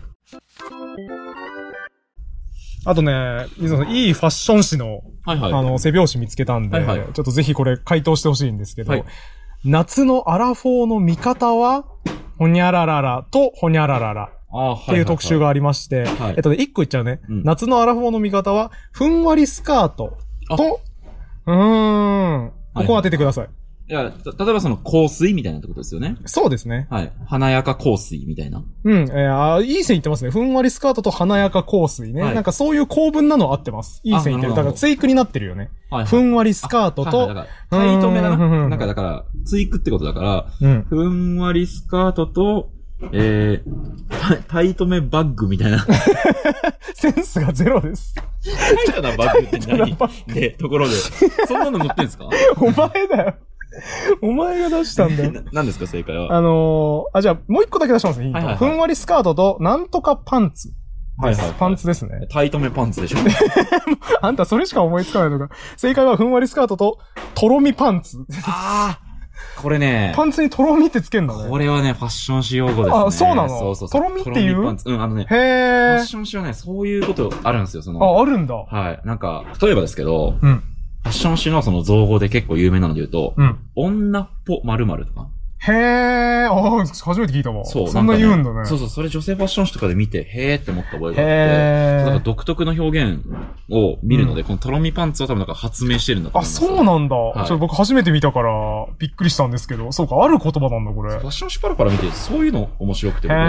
あとね、水野さん、いいファッション誌の、背表紙見つけたんで、ちょっとぜひこれ回答してほしいんですけど、夏のアラフォーの見方は、ほにゃらららとほにゃららら。っていう特集がありまして、一個言っちゃうね。夏のアラフォーの見方は、ふんわりスカートと、ここ当ててください。 いや、例えばその香水みたいなってことですよね。 そうですね。 はい。華やか香水みたいな。 いい線いってますね。ふんわりスカートと華やか香水ね。なんかそういう構文なの合ってます。いい線いってる。だからツイクになってるよね。ふんわりスカートと、 タイトめだな。なんかだから、ツイクってことだから、ふんわりスカートと、タイトめバッグみたいな。 センスがゼロです。 タイトなバッグって何で、ところで。そんなの載ってんすか？ お前だよ。お前が出したんだよ。 何ですか、正解は。 じゃあ、もう一個だけ出しますね、ヒント。ふんわりスカートと、なんとかパンツ。パンツですね。 タイトめパンツでしょ。 あんたそれしか思いつかないのか。正解はふんわりスカートと、とろみパンツ。 これね。 パンツにとろみってつけんだね。 これはね、ファッション仕様語ですね。あ、 そうなの？そう。とろみっていう？ パンツ。へー。 ファッション仕様ね、そういうことあるんですよ、 あるんだ。 はい。なんか、例えばですけど、ファッション誌のその造語で結構有名なので言うと、女っぽ〇〇とか。 へー、初めて聞いたわ。そう。そんな言うんだね。 そう、それ女性ファッション誌とかで見て、へーって思った覚えがあって、なんか独特の表現を見るので、このとろみパンツを多分なんか発明してるんだと思うんですよ。 そうなんだ。僕初めて見たから、びっくりしたんですけど、そうか、ある言葉なんだ、これ。 ファッション誌パラパラ見て、そういうの面白くて、僕だから、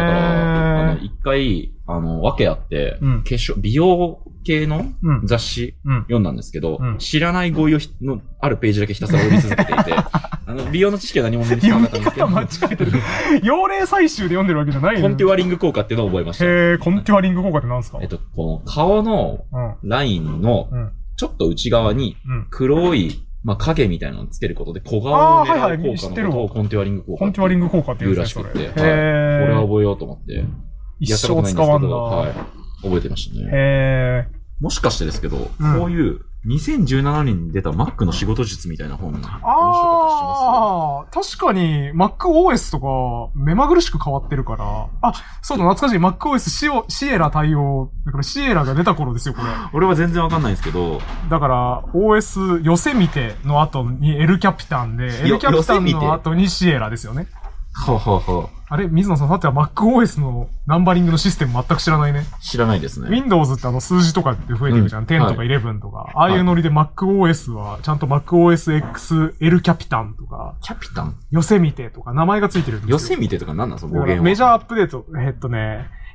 一回、わけあって、美容系の雑誌読んだんですけど、知らない語彙のあるページだけひたすら読み続けていて、美容の知識は何も身につかなかったんですけど。 間違えてる。用例採集で読んでるわけじゃないの？ コンテュワリング効果っていうのを覚えました。 コンテュワリング効果って何ですか？ この顔のラインのちょっと内側に黒い影みたいなのをつけることで小顔を狙う効果のことをコンテュワリング効果。 コンテュワリング効果っていうらしくて、これは覚えようと思って。 一生使わんな。 覚えてましたね。もしかしてですけど、こういう2017年に出た Mac の仕事術みたいな本面白かったりします？ 確かに MacOS とか目まぐるしく変わってるから。そうだ、懐かしい。MacOS シエラ対応。だからシエラが出た頃ですよ、これ。 俺は全然わかんないんですけど。 だから、OS ヨセミテの後にエルキャピタンで、エルキャピタンの後にシエラですよね。あれ、水野さん、さては MacOS のナンバリングのシステム全く知らないね。 知らないですね。 Windows って数字とかって増えてるじゃん。10とか11とか。ああいうノリで MacOS は、ちゃんと MacOS X L キャピタンとか。 キャピタン？ ヨセミテとか名前がついてるんですよ。 ヨセミテとか何なんその語源は？ メジャーアップデート。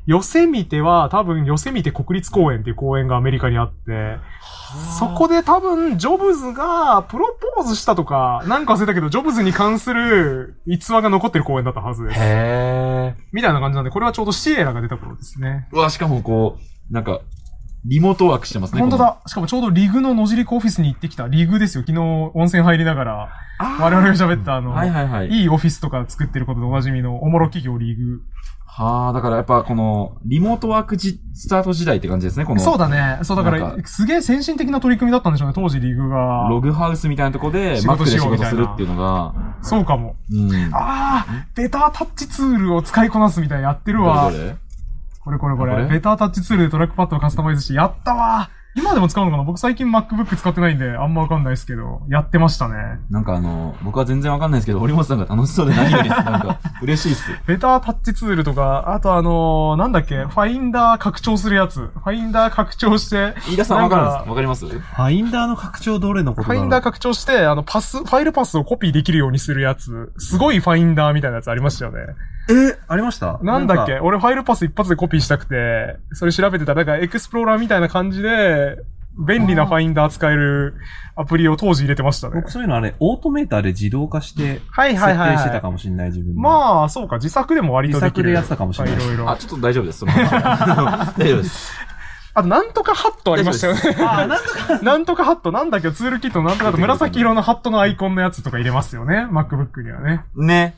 ヨセミテは多分ヨセミテ国立公園っていう公園がアメリカにあって、そこで多分ジョブズがプロポーズしたとか、なんか忘れたけど、ジョブズに関する逸話が残ってる公園だったはずです。 へー。 みたいな感じなんで、これはちょうどシエラが出た頃ですね。 うわ、しかもこう、なんか、リモートワークしてますね。 本当だ。しかもちょうどリグの野尻湖オフィスに行ってきた。リグですよ。昨日温泉入りながら、我々が喋ったはいはいはい。 いいオフィスとか作ってることでおなじみのおもろ企業リグ。 はあ、だからやっぱこの、リモートワークスタート時代って感じですね、この。 そうだね。そうだから、すげえ先進的な取り組みだったんでしょうね、当時リグが。 ログハウスみたいなとこで、マックで仕事するっていうのが。 そうかも。 うん。 ああ、ベタータッチツールを使いこなすみたいなやってるわ。これ。ベタータッチツールでトラックパッドをカスタマイズして、やったわ。今でも使うのかな？僕最近 MacBook 使ってないんで、あんまわかんないですけど、やってましたね。 なんか僕は全然わかんないですけど、堀本さんが楽しそうで何よりです。なんか、嬉しいっす。 ベタータッチツールとか、あとなんだっけ、ファインダー拡張するやつ。ファインダー拡張して、 飯田さんわかるんですか？わかります？ ファインダーの拡張どれのことだろう？ ファインダー拡張して、ファイルパスをコピーできるようにするやつ。すごいファインダーみたいなやつありましたよね。 ありました？ なんだっけ？俺ファイルパス一発でコピーしたくて、それ調べてたら、なんかエクスプローラーみたいな感じで、便利なファインダー使えるアプリを当時入れてましたね。 僕そういうのオートメーターで自動化して、設定してたかもしれない自分で。 まあ、そうか、自作でも割とできる。 自作でやってたかもしれない。 いろいろ。 ちょっと大丈夫です。その話大丈夫です。 あと、なんとかハットありましたよね。なんとかハット、なんだっけ、ツールキットなんとかハット、紫色のハットのアイコンのやつとか入れますよね。MacBook にはね。 ね。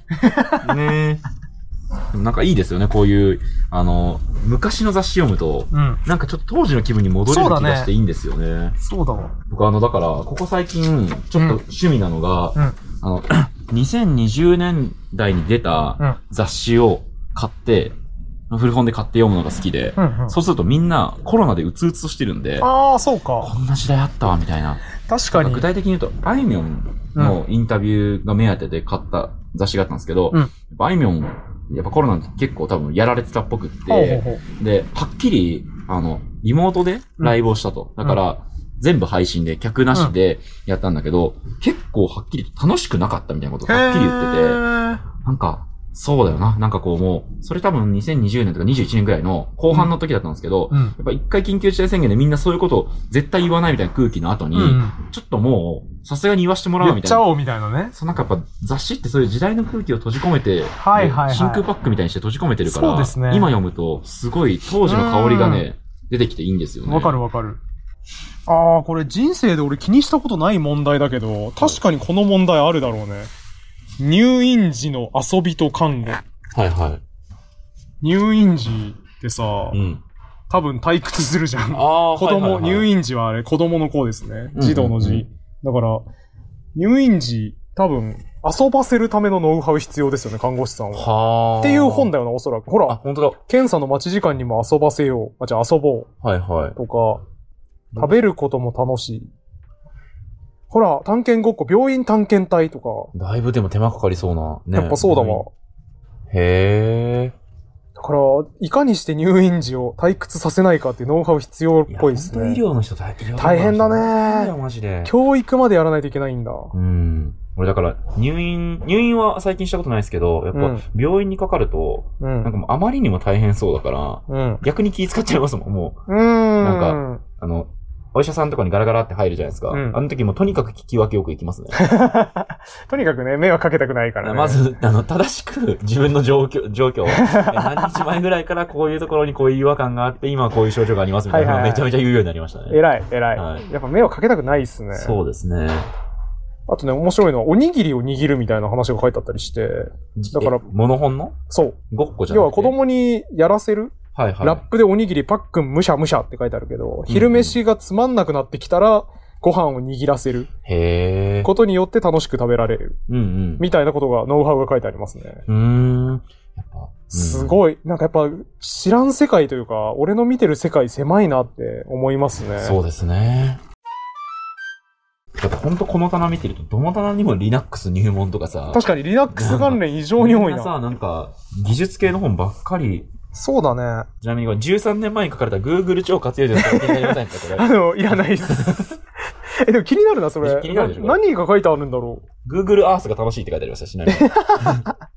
なんかいいですよね、こういう、昔の雑誌読むと、なんかちょっと当時の気分に戻れる気がしていいんですよね。 そうだわ。 僕だから、ここ最近、ちょっと趣味なのが、2020年代に出た雑誌を買って、古本で買って読むのが好きで、そうするとみんなコロナでうつうつとしてるんで、 ああ、そうか。 こんな時代あったわ、みたいな。 確かに。 具体的に言うと、あいみょんのインタビューが目当てで買った雑誌があったんですけど、あいみょん、やっぱコロナ結構多分やられてたっぽくって、で、はっきり、リモートでライブをしたと。だから、全部配信で、客なしでやったんだけど、結構はっきり楽しくなかったみたいなことをはっきり言ってて、なんか、そうだよな。なんかこうもう、それ多分2020年とか21年ぐらいの後半の時だったんですけど、やっぱ一回緊急事態宣言でみんなそういうことを絶対言わないみたいな空気の後に、ちょっともう、さすがに言わしてもらおうみたいな。 言っちゃおうみたいなね。 そうなんかやっぱ雑誌ってそういう時代の空気を閉じ込めて、真空パックみたいにして閉じ込めてるから、そうですね、今読むとすごい当時の香りがね、出てきていいんですよね。 わかるわかる。ああ、これ人生で俺気にしたことない問題だけど、確かにこの問題あるだろうね。入院時の遊びと看護。 はいはい。 入院時ってさ、多分退屈するじゃん。子供、入院時はあれ子供の子ですね。児童の字。だから、入院時、多分、遊ばせるためのノウハウ必要ですよね、看護師さんは。っていう本だよな、おそらく。ほら、 本当だ。 検査の待ち時間にも遊ばせよう。じゃあ遊ぼう。 はいはい。 とか、食べることも楽しい。ほら、探検ごっこ、病院探検隊とか。 だいぶでも手間かかりそうな。ね。 やっぱそうだわ。 へー。 だから、いかにして入院時を退屈させないかっていうノウハウ必要っぽいですね。 医療の人大変だね。 マジで。 教育までやらないといけないんだ。 俺だから、入院は最近したことないですけど、やっぱ、病院にかかると、なんかもうあまりにも大変そうだから、逆に気使っちゃいますもん、もう。なんか、お医者さんとかにガラガラって入るじゃないですか。あの時もとにかく聞き分けよく行きますね。 とにかくね、迷惑かけたくないからね。 まず、正しく自分の状況何日前ぐらいからこういうところにこういう違和感があって、今はこういう症状がありますみたいなのをめちゃめちゃ言うようになりましたね。 偉い。やっぱ迷惑かけたくないっすね。 そうですね。 あとね、面白いのは、おにぎりを握るみたいな話が書いてあったりして、だから、 モノホンの？ そう。 ごっこじゃなくて。 要は子供にやらせる？ラップでおにぎりパックンむしゃむしゃって書いてあるけど、昼飯がつまんなくなってきたら、ご飯を握らせる。ことによって楽しく食べられる。みたいなことが、ノウハウが書いてありますね。すごい。なんかやっぱ、知らん世界というか、俺の見てる世界狭いなって思いますね。 そうですね。だってほんとこの棚見てると、どの棚にも Linux 入門とかさ。 確かに Linux 関連異常に多いな。 みんなさ、なんか、技術系の本ばっかり。 そうだね。 ちなみに13年前に書かれた Google 超活用術って気になりませんかこれ。いらないっす。でも気になるな、それ。 気になるでしょ何が書いてあるんだろう。Google Earth が楽しいって書いてありましたしね。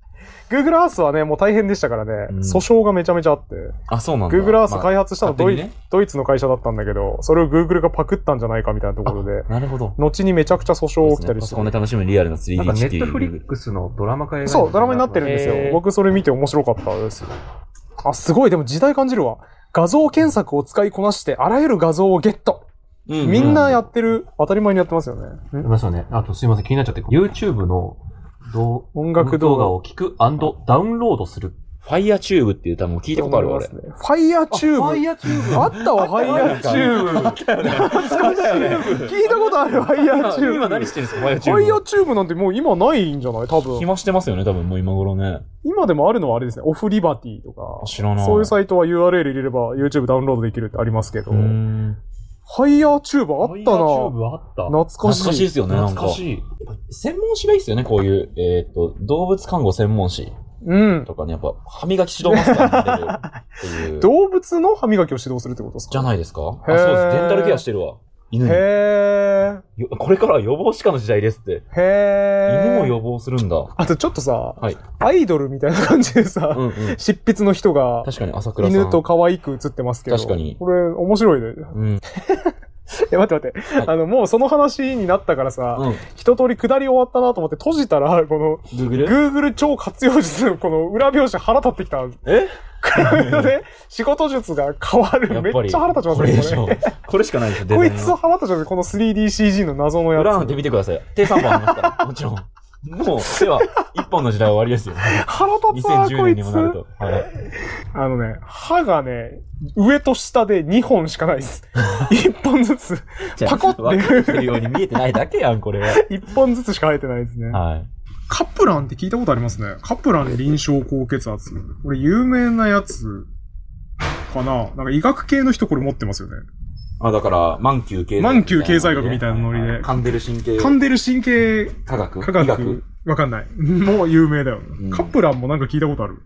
Google Earth はね、もう大変でしたからね、訴訟がめちゃめちゃあって。 あ、そうなんだ。 Google Earth 開発したのドイツの会社だったんだけど、それを Google がパクったんじゃないかみたいなところで。 なるほど。 後にめちゃくちゃ訴訟起きたりして。 パソコンで楽しむリアルな 3D 地球。 ネットフリックスのドラマ化映画。 そう、ドラマになってるんですよ。僕それ見て面白かったですよ。あ、すごい、でも時代感じるわ。画像検索を使いこなして、あらゆる画像をゲット。みんなやってる、当たり前にやってますよね。 やりましたね。あとすいません、気になっちゃって。YouTube の音楽動画を聞く&ダウンロードする。 FireTube っていう多分聞いたことある俺。 FireTube。あったわ、FireTube。 あったよね。 聞いたことある、FireTube。 今何してるんですか、FireTube。 FireTube なんてもう今ないんじゃない多分。 暇してますよね、多分もう今頃ね。 今でもあるのはあれですね、オフリバティとか。 知らない。 そういうサイトは URL 入れれば YouTube ダウンロードできるってありますけど。FireTube あったな。 FireTube あった。 懐かしい。 懐かしいですよね、なんか。 懐かしい。 専門誌がいいですよね、こういう、動物看護専門誌。とかね、やっぱ、歯磨き指導マスターになれるっていう。 動物の歯磨きを指導するってことですか？ じゃないですか？あ、そうです。デンタルケアしてるわ。犬に。これからは予防歯科の時代ですって。犬も予防するんだ。 あとちょっとさ、アイドルみたいな感じでさ、執筆の人が、 確かに朝倉さん。 犬と可愛く写ってますけど。 確かに。 これ、面白いね。待って。もうその話になったからさ、一通り下り終わったなと思って閉じたら、この、Google 超活用術のこの裏表紙腹立ってきた。仕事術が変わる。めっちゃ腹立ちますね、 これしかないですよ、 こいつは腹立ちますね、この 3DCG の謎のやつ。 裏なんて見てください。手3本ありますから、もちろん。もう、手は、一本の時代は終わりですよ。 腹立つわ、こいつ。 2010年にもなると。 歯がね、上と下で2本しかないです。1本ずつ、パコって。 分かってるように見えてないだけやん、これは。 1本ずつしか生えてないですね。はい。カプランって聞いたことありますね。カプラン臨床高血圧。これ有名なやつかな？なんか医学系の人これ持ってますよね。 あ、だから、満球経済学みたいなノリで。 カンデル神経科学わかんない。もう有名だよ。カプランもなんか聞いたことある。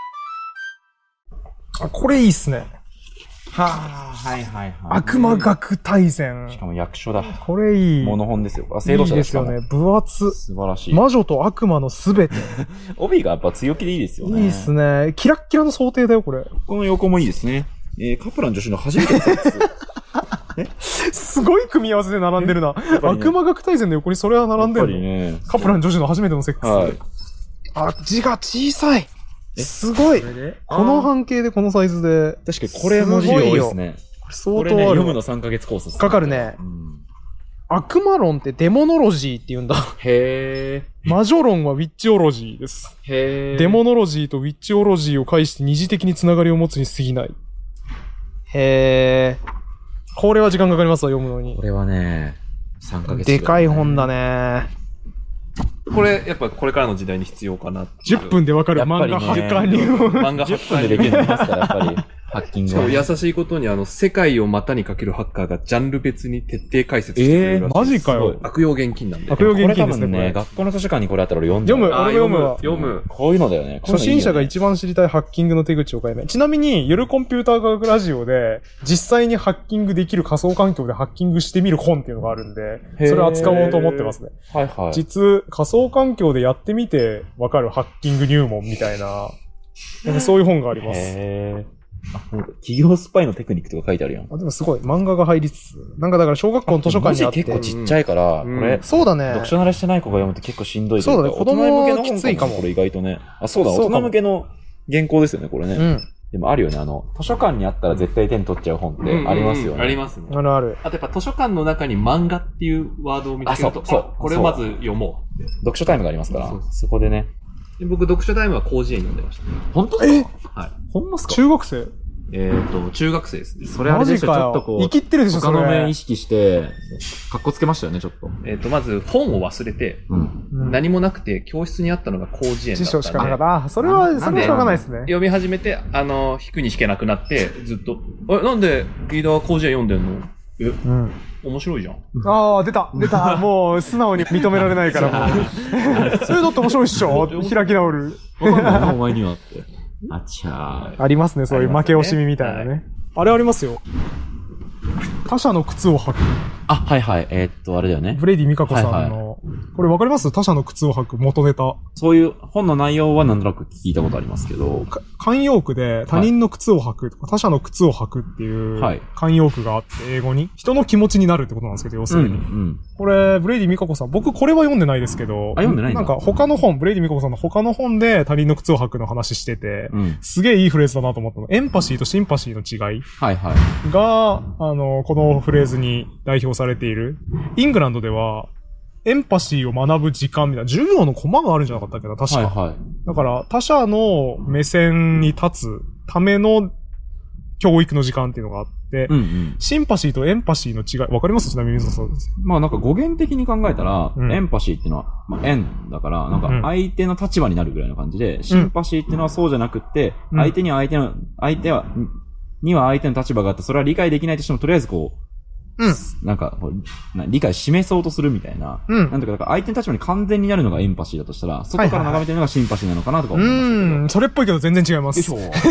あ、これいいっすね。 はい。 悪魔学大全。 しかも役所だ。 これいい。 モノ本ですよ。制度者ですよね。分厚。 素晴らしい。 魔女と悪魔のすべて。 帯がやっぱ強気でいいですよね。 いいっすね。キラッキラの想定だよ、これ。 この横もいいですね。カプラン女子の初めてのセックス。 すごい組み合わせで並んでるな。悪魔学大全の横にそれは並んでるの。カプラン女子の初めてのセックス。あ、字が小さい。すごい。この半径でこのサイズで。 確かにこれ文字量多いですね。 相当ある。 読むの3ヶ月コースです。 かかるね。悪魔論ってデモノロジーって言うんだ。 へー。 魔女論はウィッチオロジーです。 へー。 デモノロジーとウィッチオロジーを介して二次的につながりを持つに過ぎない。へー。これは時間かかりますわ、読むのに。 これはね、3ヶ月、 でかい本だね。 これ、やっぱこれからの時代に必要かな。 10分でわかる漫画ハッカーに。 漫画10分でできるんですから、やっぱり。ハッキングは。 優しいことに世界を股にかけるハッカーがジャンル別に徹底解説してくれるらしい。 マジかよ。 悪用現金なんで。 悪用現金ですね。 これ多分ね、学校の図書館にこれあったら俺読む。 読む。こういうのだよね。 初心者が一番知りたいハッキングの手口を変えない。ちなみに、ゆるコンピューター科学ラジオで、実際にハッキングできる仮想環境でハッキングしてみる本っていうのがあるんで、それを扱おうと思ってますね。 はいはい。 仮想環境でやってみてわかるハッキング入門みたいな、そういう本があります。 企業スパイのテクニックとか書いてあるやん。 でもすごい、漫画が入りつつ。なんかだから小学校の図書館にあって。 結構ちっちゃいから、これ。 そうだね。 読書慣れしてない子が読むと結構しんどい。 そうだね。子供向けのきついかも。 これ意外とね。あ、そうだ、大人向けの原稿ですよね、これね。でもあるよね、図書館にあったら絶対手に取っちゃう本ってありますよね。 ありますね。 ある。 あとやっぱ図書館の中に漫画っていうワードを見つけると、これをまず読もう。 読書タイムがありますから、そこでね。 僕、読書タイムは広辞苑読んでました。 本当ですか？ はい。 ほんますか？ 中学生？ 中学生ですね。 それあれでしょ、ちょっとこう。 生きってるでしょ、 他の面意識して、かっこつけましたよね、ちょっっと。まず、本を忘れて、何もなくて、教室にあったのが広辞苑だったんで。 辞書しかなかった。それはしょうがないですね。 読み始めて、引くに引けなくなって、ずっと、なんで、リーダーは広辞苑読んでんの？面白いじゃん。 ああ、出た。もう、素直に認められないから、もう。それだって面白いっしょ？開き直る。 わかんないな、お前にはって。あちゃー。ありますね、そういう負け惜しみみたいなね。あれありますよ。他者の靴を履く。 あ、はいはい。あれだよね。 ブレイディ・ミカコさんの、はいはい、これわかります？他者の靴を履く元ネタ。 そういう本の内容はなんとなく聞いたことありますけど。 慣用句で他人の靴を履くとか、はい、他者の靴を履くっていう慣用句があって、英語に。人の気持ちになるってことなんですけど、要するに。これ、ブレイディ・ミカコさん、僕これは読んでないですけど、 読んでないんだ。 なんか他の本、ブレイディ・ミカコさんの他の本で他人の靴を履くの話してて、すげえいいフレーズだなと思ったの。エンパシーとシンパシーの違いが、このフレーズに代表されている。イングランドでは、エンパシーを学ぶ時間みたいな、授業のコマがあるんじゃなかったっけな、確か。はいはい。だから、他者の目線に立つための教育の時間っていうのがあって、シンパシーとエンパシーの違い、わかります？ちなみに水野さん。 まあなんか語源的に考えたら、エンパシーっていうのは、まあ、エンだから、なんか相手の立場になるぐらいの感じで、シンパシーっていうのはそうじゃなくって、相手には相手の立場があって、それは理解できないとしても、とりあえずこう、なんか、理解示そうとするみたいな。なんとか、だから相手の立場に完全になるのがエンパシーだとしたら、外から眺めてるのがシンパシーなのかなとか思います。 それっぽいけど全然違います。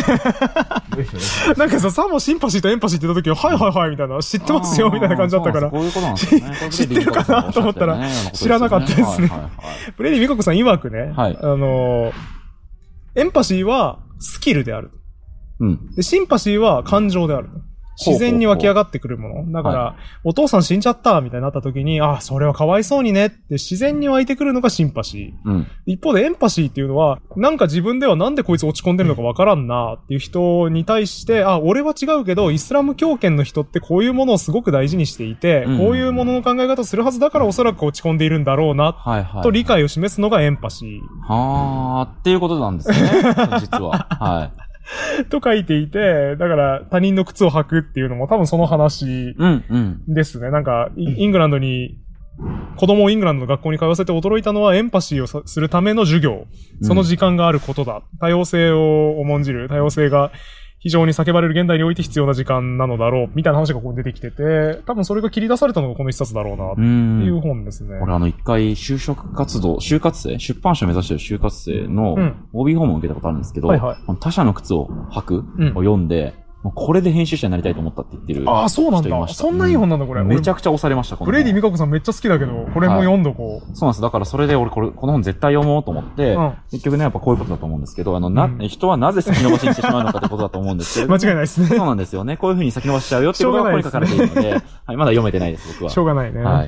なんかさ、さもシンパシーとエンパシーって言った時は、はいはいはいみたいな、知ってますよみたいな感じだったから。 こういうことなんですね。 知ってるかなと思ったら、知らなかったですね。ブレディ・ミカコさん曰くね、エンパシーはスキルである。で、シンパシーは感情である。自然に湧き上がってくるもの。だから、お父さん死んじゃったみたいになった時に、あ、それはかわいそうにねって自然に湧いてくるのがシンパシー。一方でエンパシーっていうのは、なんか自分ではなんでこいつ落ち込んでるのかわからんなっていう人に対して、あ、俺は違うけど、イスラム教圏の人ってこういうものをすごく大事にしていて、こういうものの考え方をするはずだからおそらく落ち込んでいるんだろうな、と理解を示すのがエンパシー。 っていうことなんですね。実は。はい。 と書いていて、だから他人の靴を履くっていうのも多分その話ですね。なんか、イングランドに、子供をイングランドの学校に通わせて驚いたのはエンパシーをするための授業。その時間があることだ。多様性を重んじる。多様性が非常に叫ばれる現代において必要な時間なのだろう。みたいな話がここに出てきてて、多分それが切り出されたのがこの一冊だろうなっていう本ですね。 俺一回就活生出版社を目指してる就活生の OB 訪問を受けたことあるんですけど、他者の靴を履くを読んで、これで編集者になりたいと思ったって言ってる人いました。 ああ、そうなんだ。そんないい本なんだ、これ。 めちゃくちゃ押されました、 ブレイディ・ミカコさんめっちゃ好きだけど、これも読んどこう。 そうなんです。だからそれで俺この本絶対読もうと思って、結局ね、やっぱこういうことだと思うんですけど、人はなぜ先延ばしにしてしまうのかってことだと思うんですけど。 間違いないですね。 そうなんですよね。こういう風に先延ばしちゃうよっていうことがここに書かれているので、はい、まだ読めてないです、僕は。 しょうがないね。はい。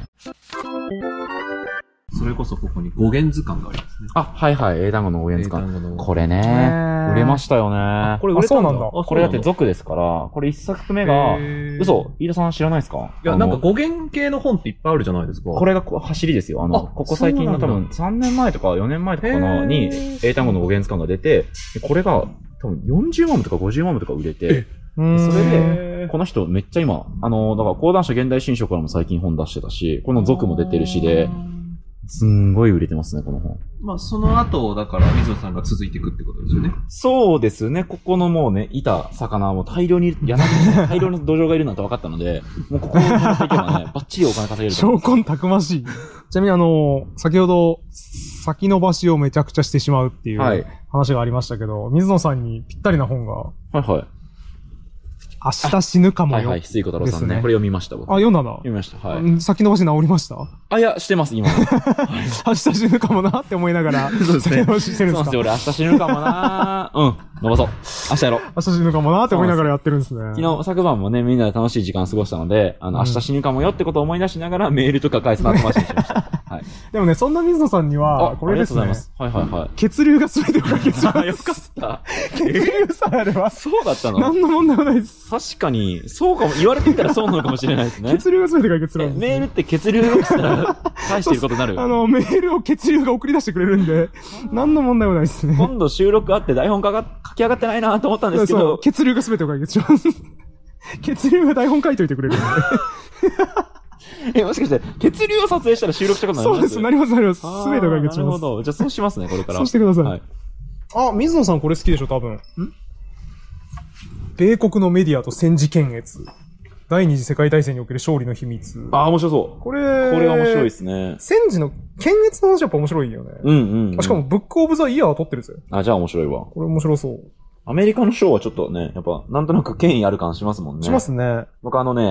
それこそここに語源図鑑がありますね。 あ、はいはい。英単語の語源図鑑。これね、売れましたよね。 これ売れたんだ。 これだって族ですから、これ一作目が、嘘、飯田さん知らないですか？ いや、なんか語源系の本っていっぱいあるじゃないですか。 これが走りですよ。ここ最近の多分3年前とか4年前とかに、英単語の語源図鑑が出て、これが多分40万部とか50万部とか売れて、それで、この人めっちゃ今、だから講談社現代新書からも最近本出してたし、この族も出てるしで、すんごい売れてますね、この本。 まあ、その後、だから、水野さんが続いていくってことですよね。 そうですね。ここのもうね、いた魚はもう大量に、大量の土壌がいるなんて分かったので、もうここに持っていけばね、バッチリお金稼げる。 証拠たくましい。ちなみに先ほど、先延ばしをめちゃくちゃしてしまうっていう話がありましたけど、水野さんにぴったりな本が。 はいはい。 明日死ぬかもよ。 はいはい、水子太郎さんね。これ読みました、僕。 あ、読んだな。 読みました。はい。 先延ばし治りました？ いや、してます、今。 明日死ぬかもなって思いながら、 そうですね。 先延ばししてるんですか？ そうですよ、俺明日死ぬかもな伸ばそう。明日やろう。 明日死ぬかもなって思いながらやってるんですね。 昨日、昨晩もね、みんなで楽しい時間過ごしたので、明日死ぬかもよってことを思い出しながら、メールとか返すの後回しにしました。はい。 でもね、そんな水野さんには、これですね。ありがとうございます。はいはいはい。血流が全てを解決します。 よかった。 血流さえあれば。 そうだったの？ 何の問題もないです。 確かに、そうかも、言われてみたらそうなのかもしれないですね。 血流が全て解決するんです。 メールって血流が来たら、返していることになる。 メールを血流が送り出してくれるんで、何の問題もないですね。 今度収録あって台本書き上がってないなと思ったんですけど。そう、 血流が全てを解決します。血流が台本書いといてくれるんで。もしかして、血流を撮影したら収録したことになります？ そうです、なります、なります。全てを解決します。 なるほど。じゃあそうしますね、これから。 そうしてください。はい。あ、水野さんこれ好きでしょ、多分。米国のメディアと戦時検閲。第二次世界大戦における勝利の秘密。 面白そう。これは面白いですね。 戦時の検閲の話やっぱ面白いよね。しかもブックオブザイヤーは取ってるぜ。 じゃあ面白いわ。 これ面白そう。 アメリカの賞はちょっとね、やっぱなんとなく権威ある感しますもんね。 しますね。 僕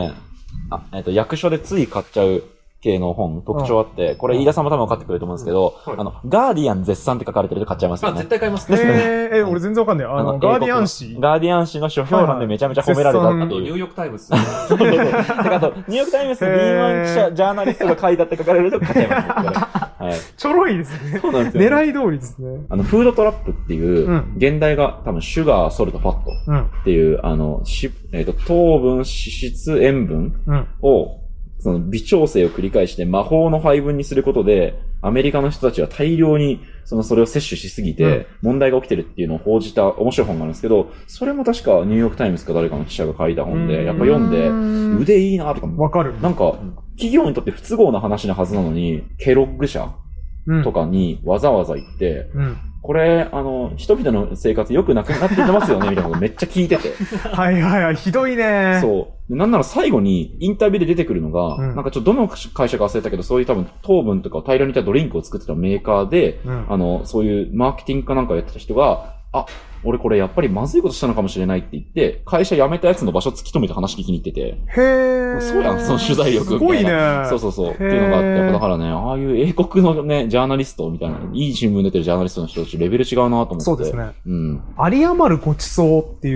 役所でつい買っちゃう系の本、特徴あって、これ飯田さんも多分分かってくれると思うんですけど、ガーディアン絶賛って書かれてると買っちゃいますよね。 絶対買いますね。俺全然わかんない。ガーディアン誌ガーディアン誌の書評欄でめちゃめちゃ褒められたっていう。 ニューヨークタイムズ。 あと、ニューヨークタイムズの敏腕記者、ジャーナリストが書いたって書かれると買っちゃいます。はい。 ちょろいですね。 そうなんですよ。 狙い通りですね。 フードトラップっていう、現代が多分シュガー、ソルト、ファットっていう、糖分、脂質、塩分を、その微調整を繰り返して魔法の配分にすることで、アメリカの人たちは大量にそれを摂取しすぎて、問題が起きてるっていうのを報じた面白い本があるんですけど、それも確かニューヨークタイムズか誰かの記者が書いた本で、やっぱ読んで、腕いいなとか。 わかる。 なんか、企業にとって不都合な話なはずなのに、ケロッグ社とかにわざわざ行って、これ、人々の生活良くなくなってますよね、みたいなことめっちゃ聞いてて。 はいはいはい、ひどいね。 そう。なんなら最後にインタビューで出てくるのが、なんかちょっとどの会社か忘れたけど、そういう多分糖分とかを大量にいたドリンクを作ってたメーカーで、そういうマーケティングかなんかやってた人が、俺これやっぱりまずいことしたのかもしれないって言って、会社辞めたやつの場所突き止めて話聞きに行ってて。そうやん、その取材力。 すごいね。 そう。っていうのがあって、やっぱだからね、ああいう英国のね、ジャーナリストみたいな、いい新聞出てるジャーナリストの人たちレベル違うなと思って。 そうですね。有り余るごちそうっていう、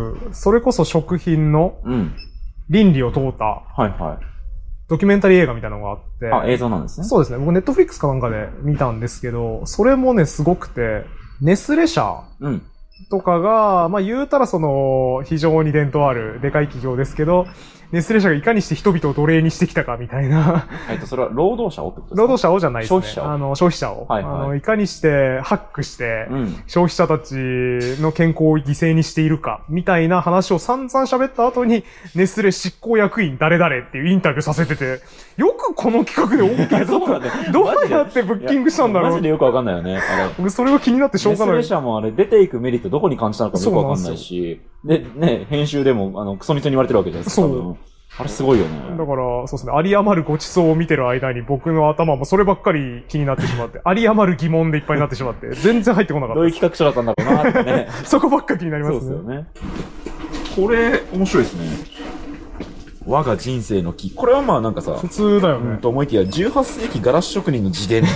それこそ食品の倫理を問うた。ドキュメンタリー映画みたいなのがあって。 映像なんですね。 そうですね。僕ネットフリックスかなんかで見たんですけど、それもね、すごくて、ネスレ社とかが、言うたら非常に伝統あるでかい企業ですけど、ネスレ社がいかにして人々を奴隷にしてきたかみたいな。 それは労働者をってことですか？ 労働者をじゃないですね。消費者を。いかにしてハックして、消費者たちの健康を犠牲にしているか、みたいな話を散々喋った後に、ネスレ執行役員誰々っていうインタビューさせてて、よくこの企画で OK そうだね。どうやってブッキングしたんだろう。 マジでよくわかんないよね。 僕それが気になってしょうがない。 ネスレ社も出ていくメリットどこに感じたのかもよくわかんないし、で、ね、編集でも、クソみそに言われてるわけじゃないですか。あれすごいよね。 だから、そうですね。有り余るごちそうを見てる間に僕の頭もそればっかり気になってしまって、有り余る疑問でいっぱいになってしまって、全然入ってこなかった。 どういう企画書だったんだろうなってね。 そこばっかり気になりますね。 そうですよね。これ、面白いですね。我が人生の木。これはなんかさ、 普通だよね。 と思いきや、18世紀ガラス職人の自伝。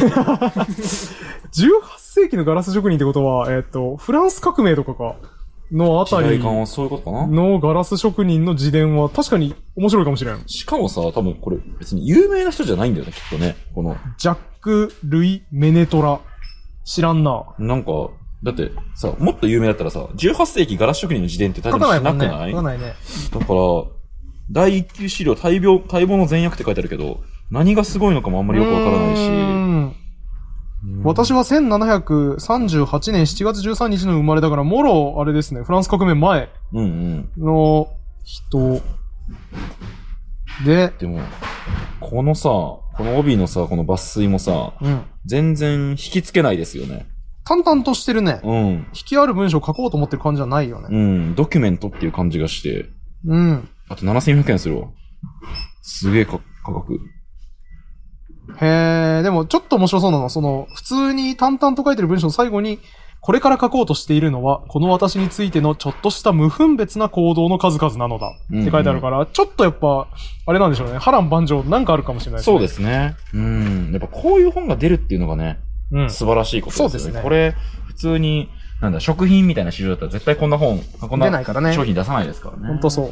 18世紀のガラス職人ってことは、フランス革命とかか。のあたりのガラス職人の自伝は確かに面白いかもしれん。 しかもさ、多分これ別に有名な人じゃないんだよね、きっとね。 ジャック・ルイ・メネトラ。知らんな。 なんか、だってさ、もっと有名だったらさ、18世紀ガラス職人の自伝ってタイトルしなくない？ 書かないね。 だから、第一級資料待望の前訳って書いてあるけど、何がすごいのかもあんまりよくわからないし。 私は1738年7月13日の生まれだから、もろ、あれですね、フランス革命前の人で、 でも、この帯のさ、この抜粋もさ、全然引きつけないですよね。 淡々としてるね。引きある文章を書こうと思ってる感じじゃないよね。ドキュメントっていう感じがして。あと7400円するわ。すげえ価格。 でもちょっと面白そうなのは、普通に淡々と書いてる文章の最後に、これから書こうとしているのは、この私についてのちょっとした無分別な行動の数々なのだって書いてあるから、ちょっとやっぱ、あれなんでしょうね。波乱万丈なんかあるかもしれないですね。 そうですね。やっぱこういう本が出るっていうのがね、素晴らしいことですよね。そうですね。これ、普通に、食品みたいな市場だったら絶対こんな商品出さないですからね。 ほんとそう。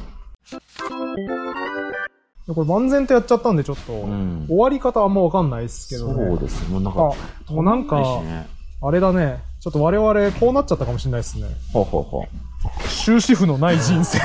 これ漫然とやっちゃったんでちょっと、終わり方あんまわかんないですけどね。 そうですね。 もうなんか、あれだね。ちょっと我々こうなっちゃったかもしれないですね。終止符のない人生。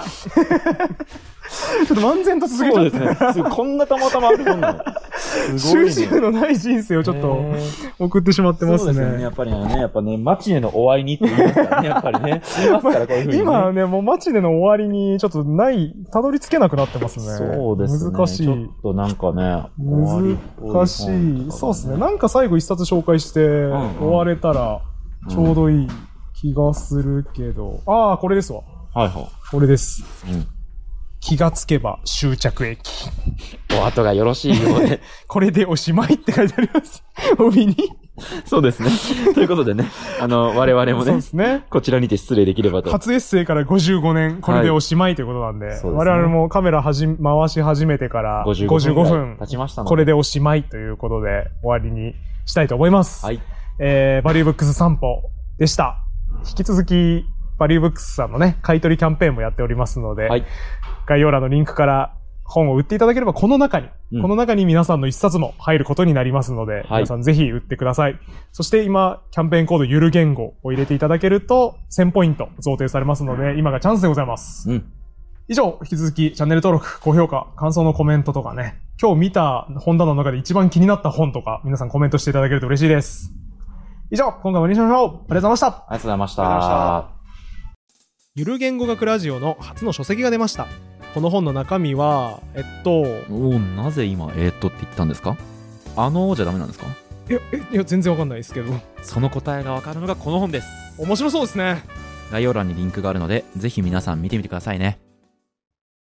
ちょっと漫然と続けちゃって。 そうですね。こんなたまたまあるもんなの。 終止符のない人生をちょっと送ってしまってますね。 そうですね。やっぱね、マチネの終わりにって言いますからね、やっぱりね。言いますから、こういうふうに。 今はね、もうマチネの終わりにちょっとたどり着けなくなってますね。 そうですね。 難しい。 ちょっとなんかね、 難しい。そうですね。なんか最後一冊紹介して終われたらちょうどいい気がするけど。これですわ。これです。気がつけば終着駅。 お後がよろしいようで。 これでおしまいって書いてあります。帯に。 そうですね。ということでね、我々もね、こちらにて失礼できればと。 初エッセイから55年、これでおしまいということなんで、我々もカメラ回し始めてから55分経ちましたので、これでおしまいということで終わりにしたいと思います。はい。バリューブックス散歩でした。引き続き、バリューブックスさんのね、買い取りキャンペーンもやっておりますので、はい、概要欄のリンクから本を売っていただければ、この中に皆さんの一冊も入ることになりますので、皆さんぜひ売ってください。そして今、キャンペーンコードゆる言語を入れていただけると、1000ポイント贈呈されますので、今がチャンスでございます。以上、引き続きチャンネル登録、高評価、感想のコメントとかね、今日見た本棚の中で一番気になった本とか、皆さんコメントしていただけると嬉しいです。以上、今回もお願いしましょう。ありがとうございました。 ありがとうございました。 ゆる言語学ラジオの初の書籍が出ました。この本の中身は、 なぜ今、って言ったんですか？じゃダメなんですか？ いや、全然わかんないですけど。 その答えがわかるのがこの本です。 面白そうですね。 概要欄にリンクがあるので、ぜひ皆さん見てみてくださいね。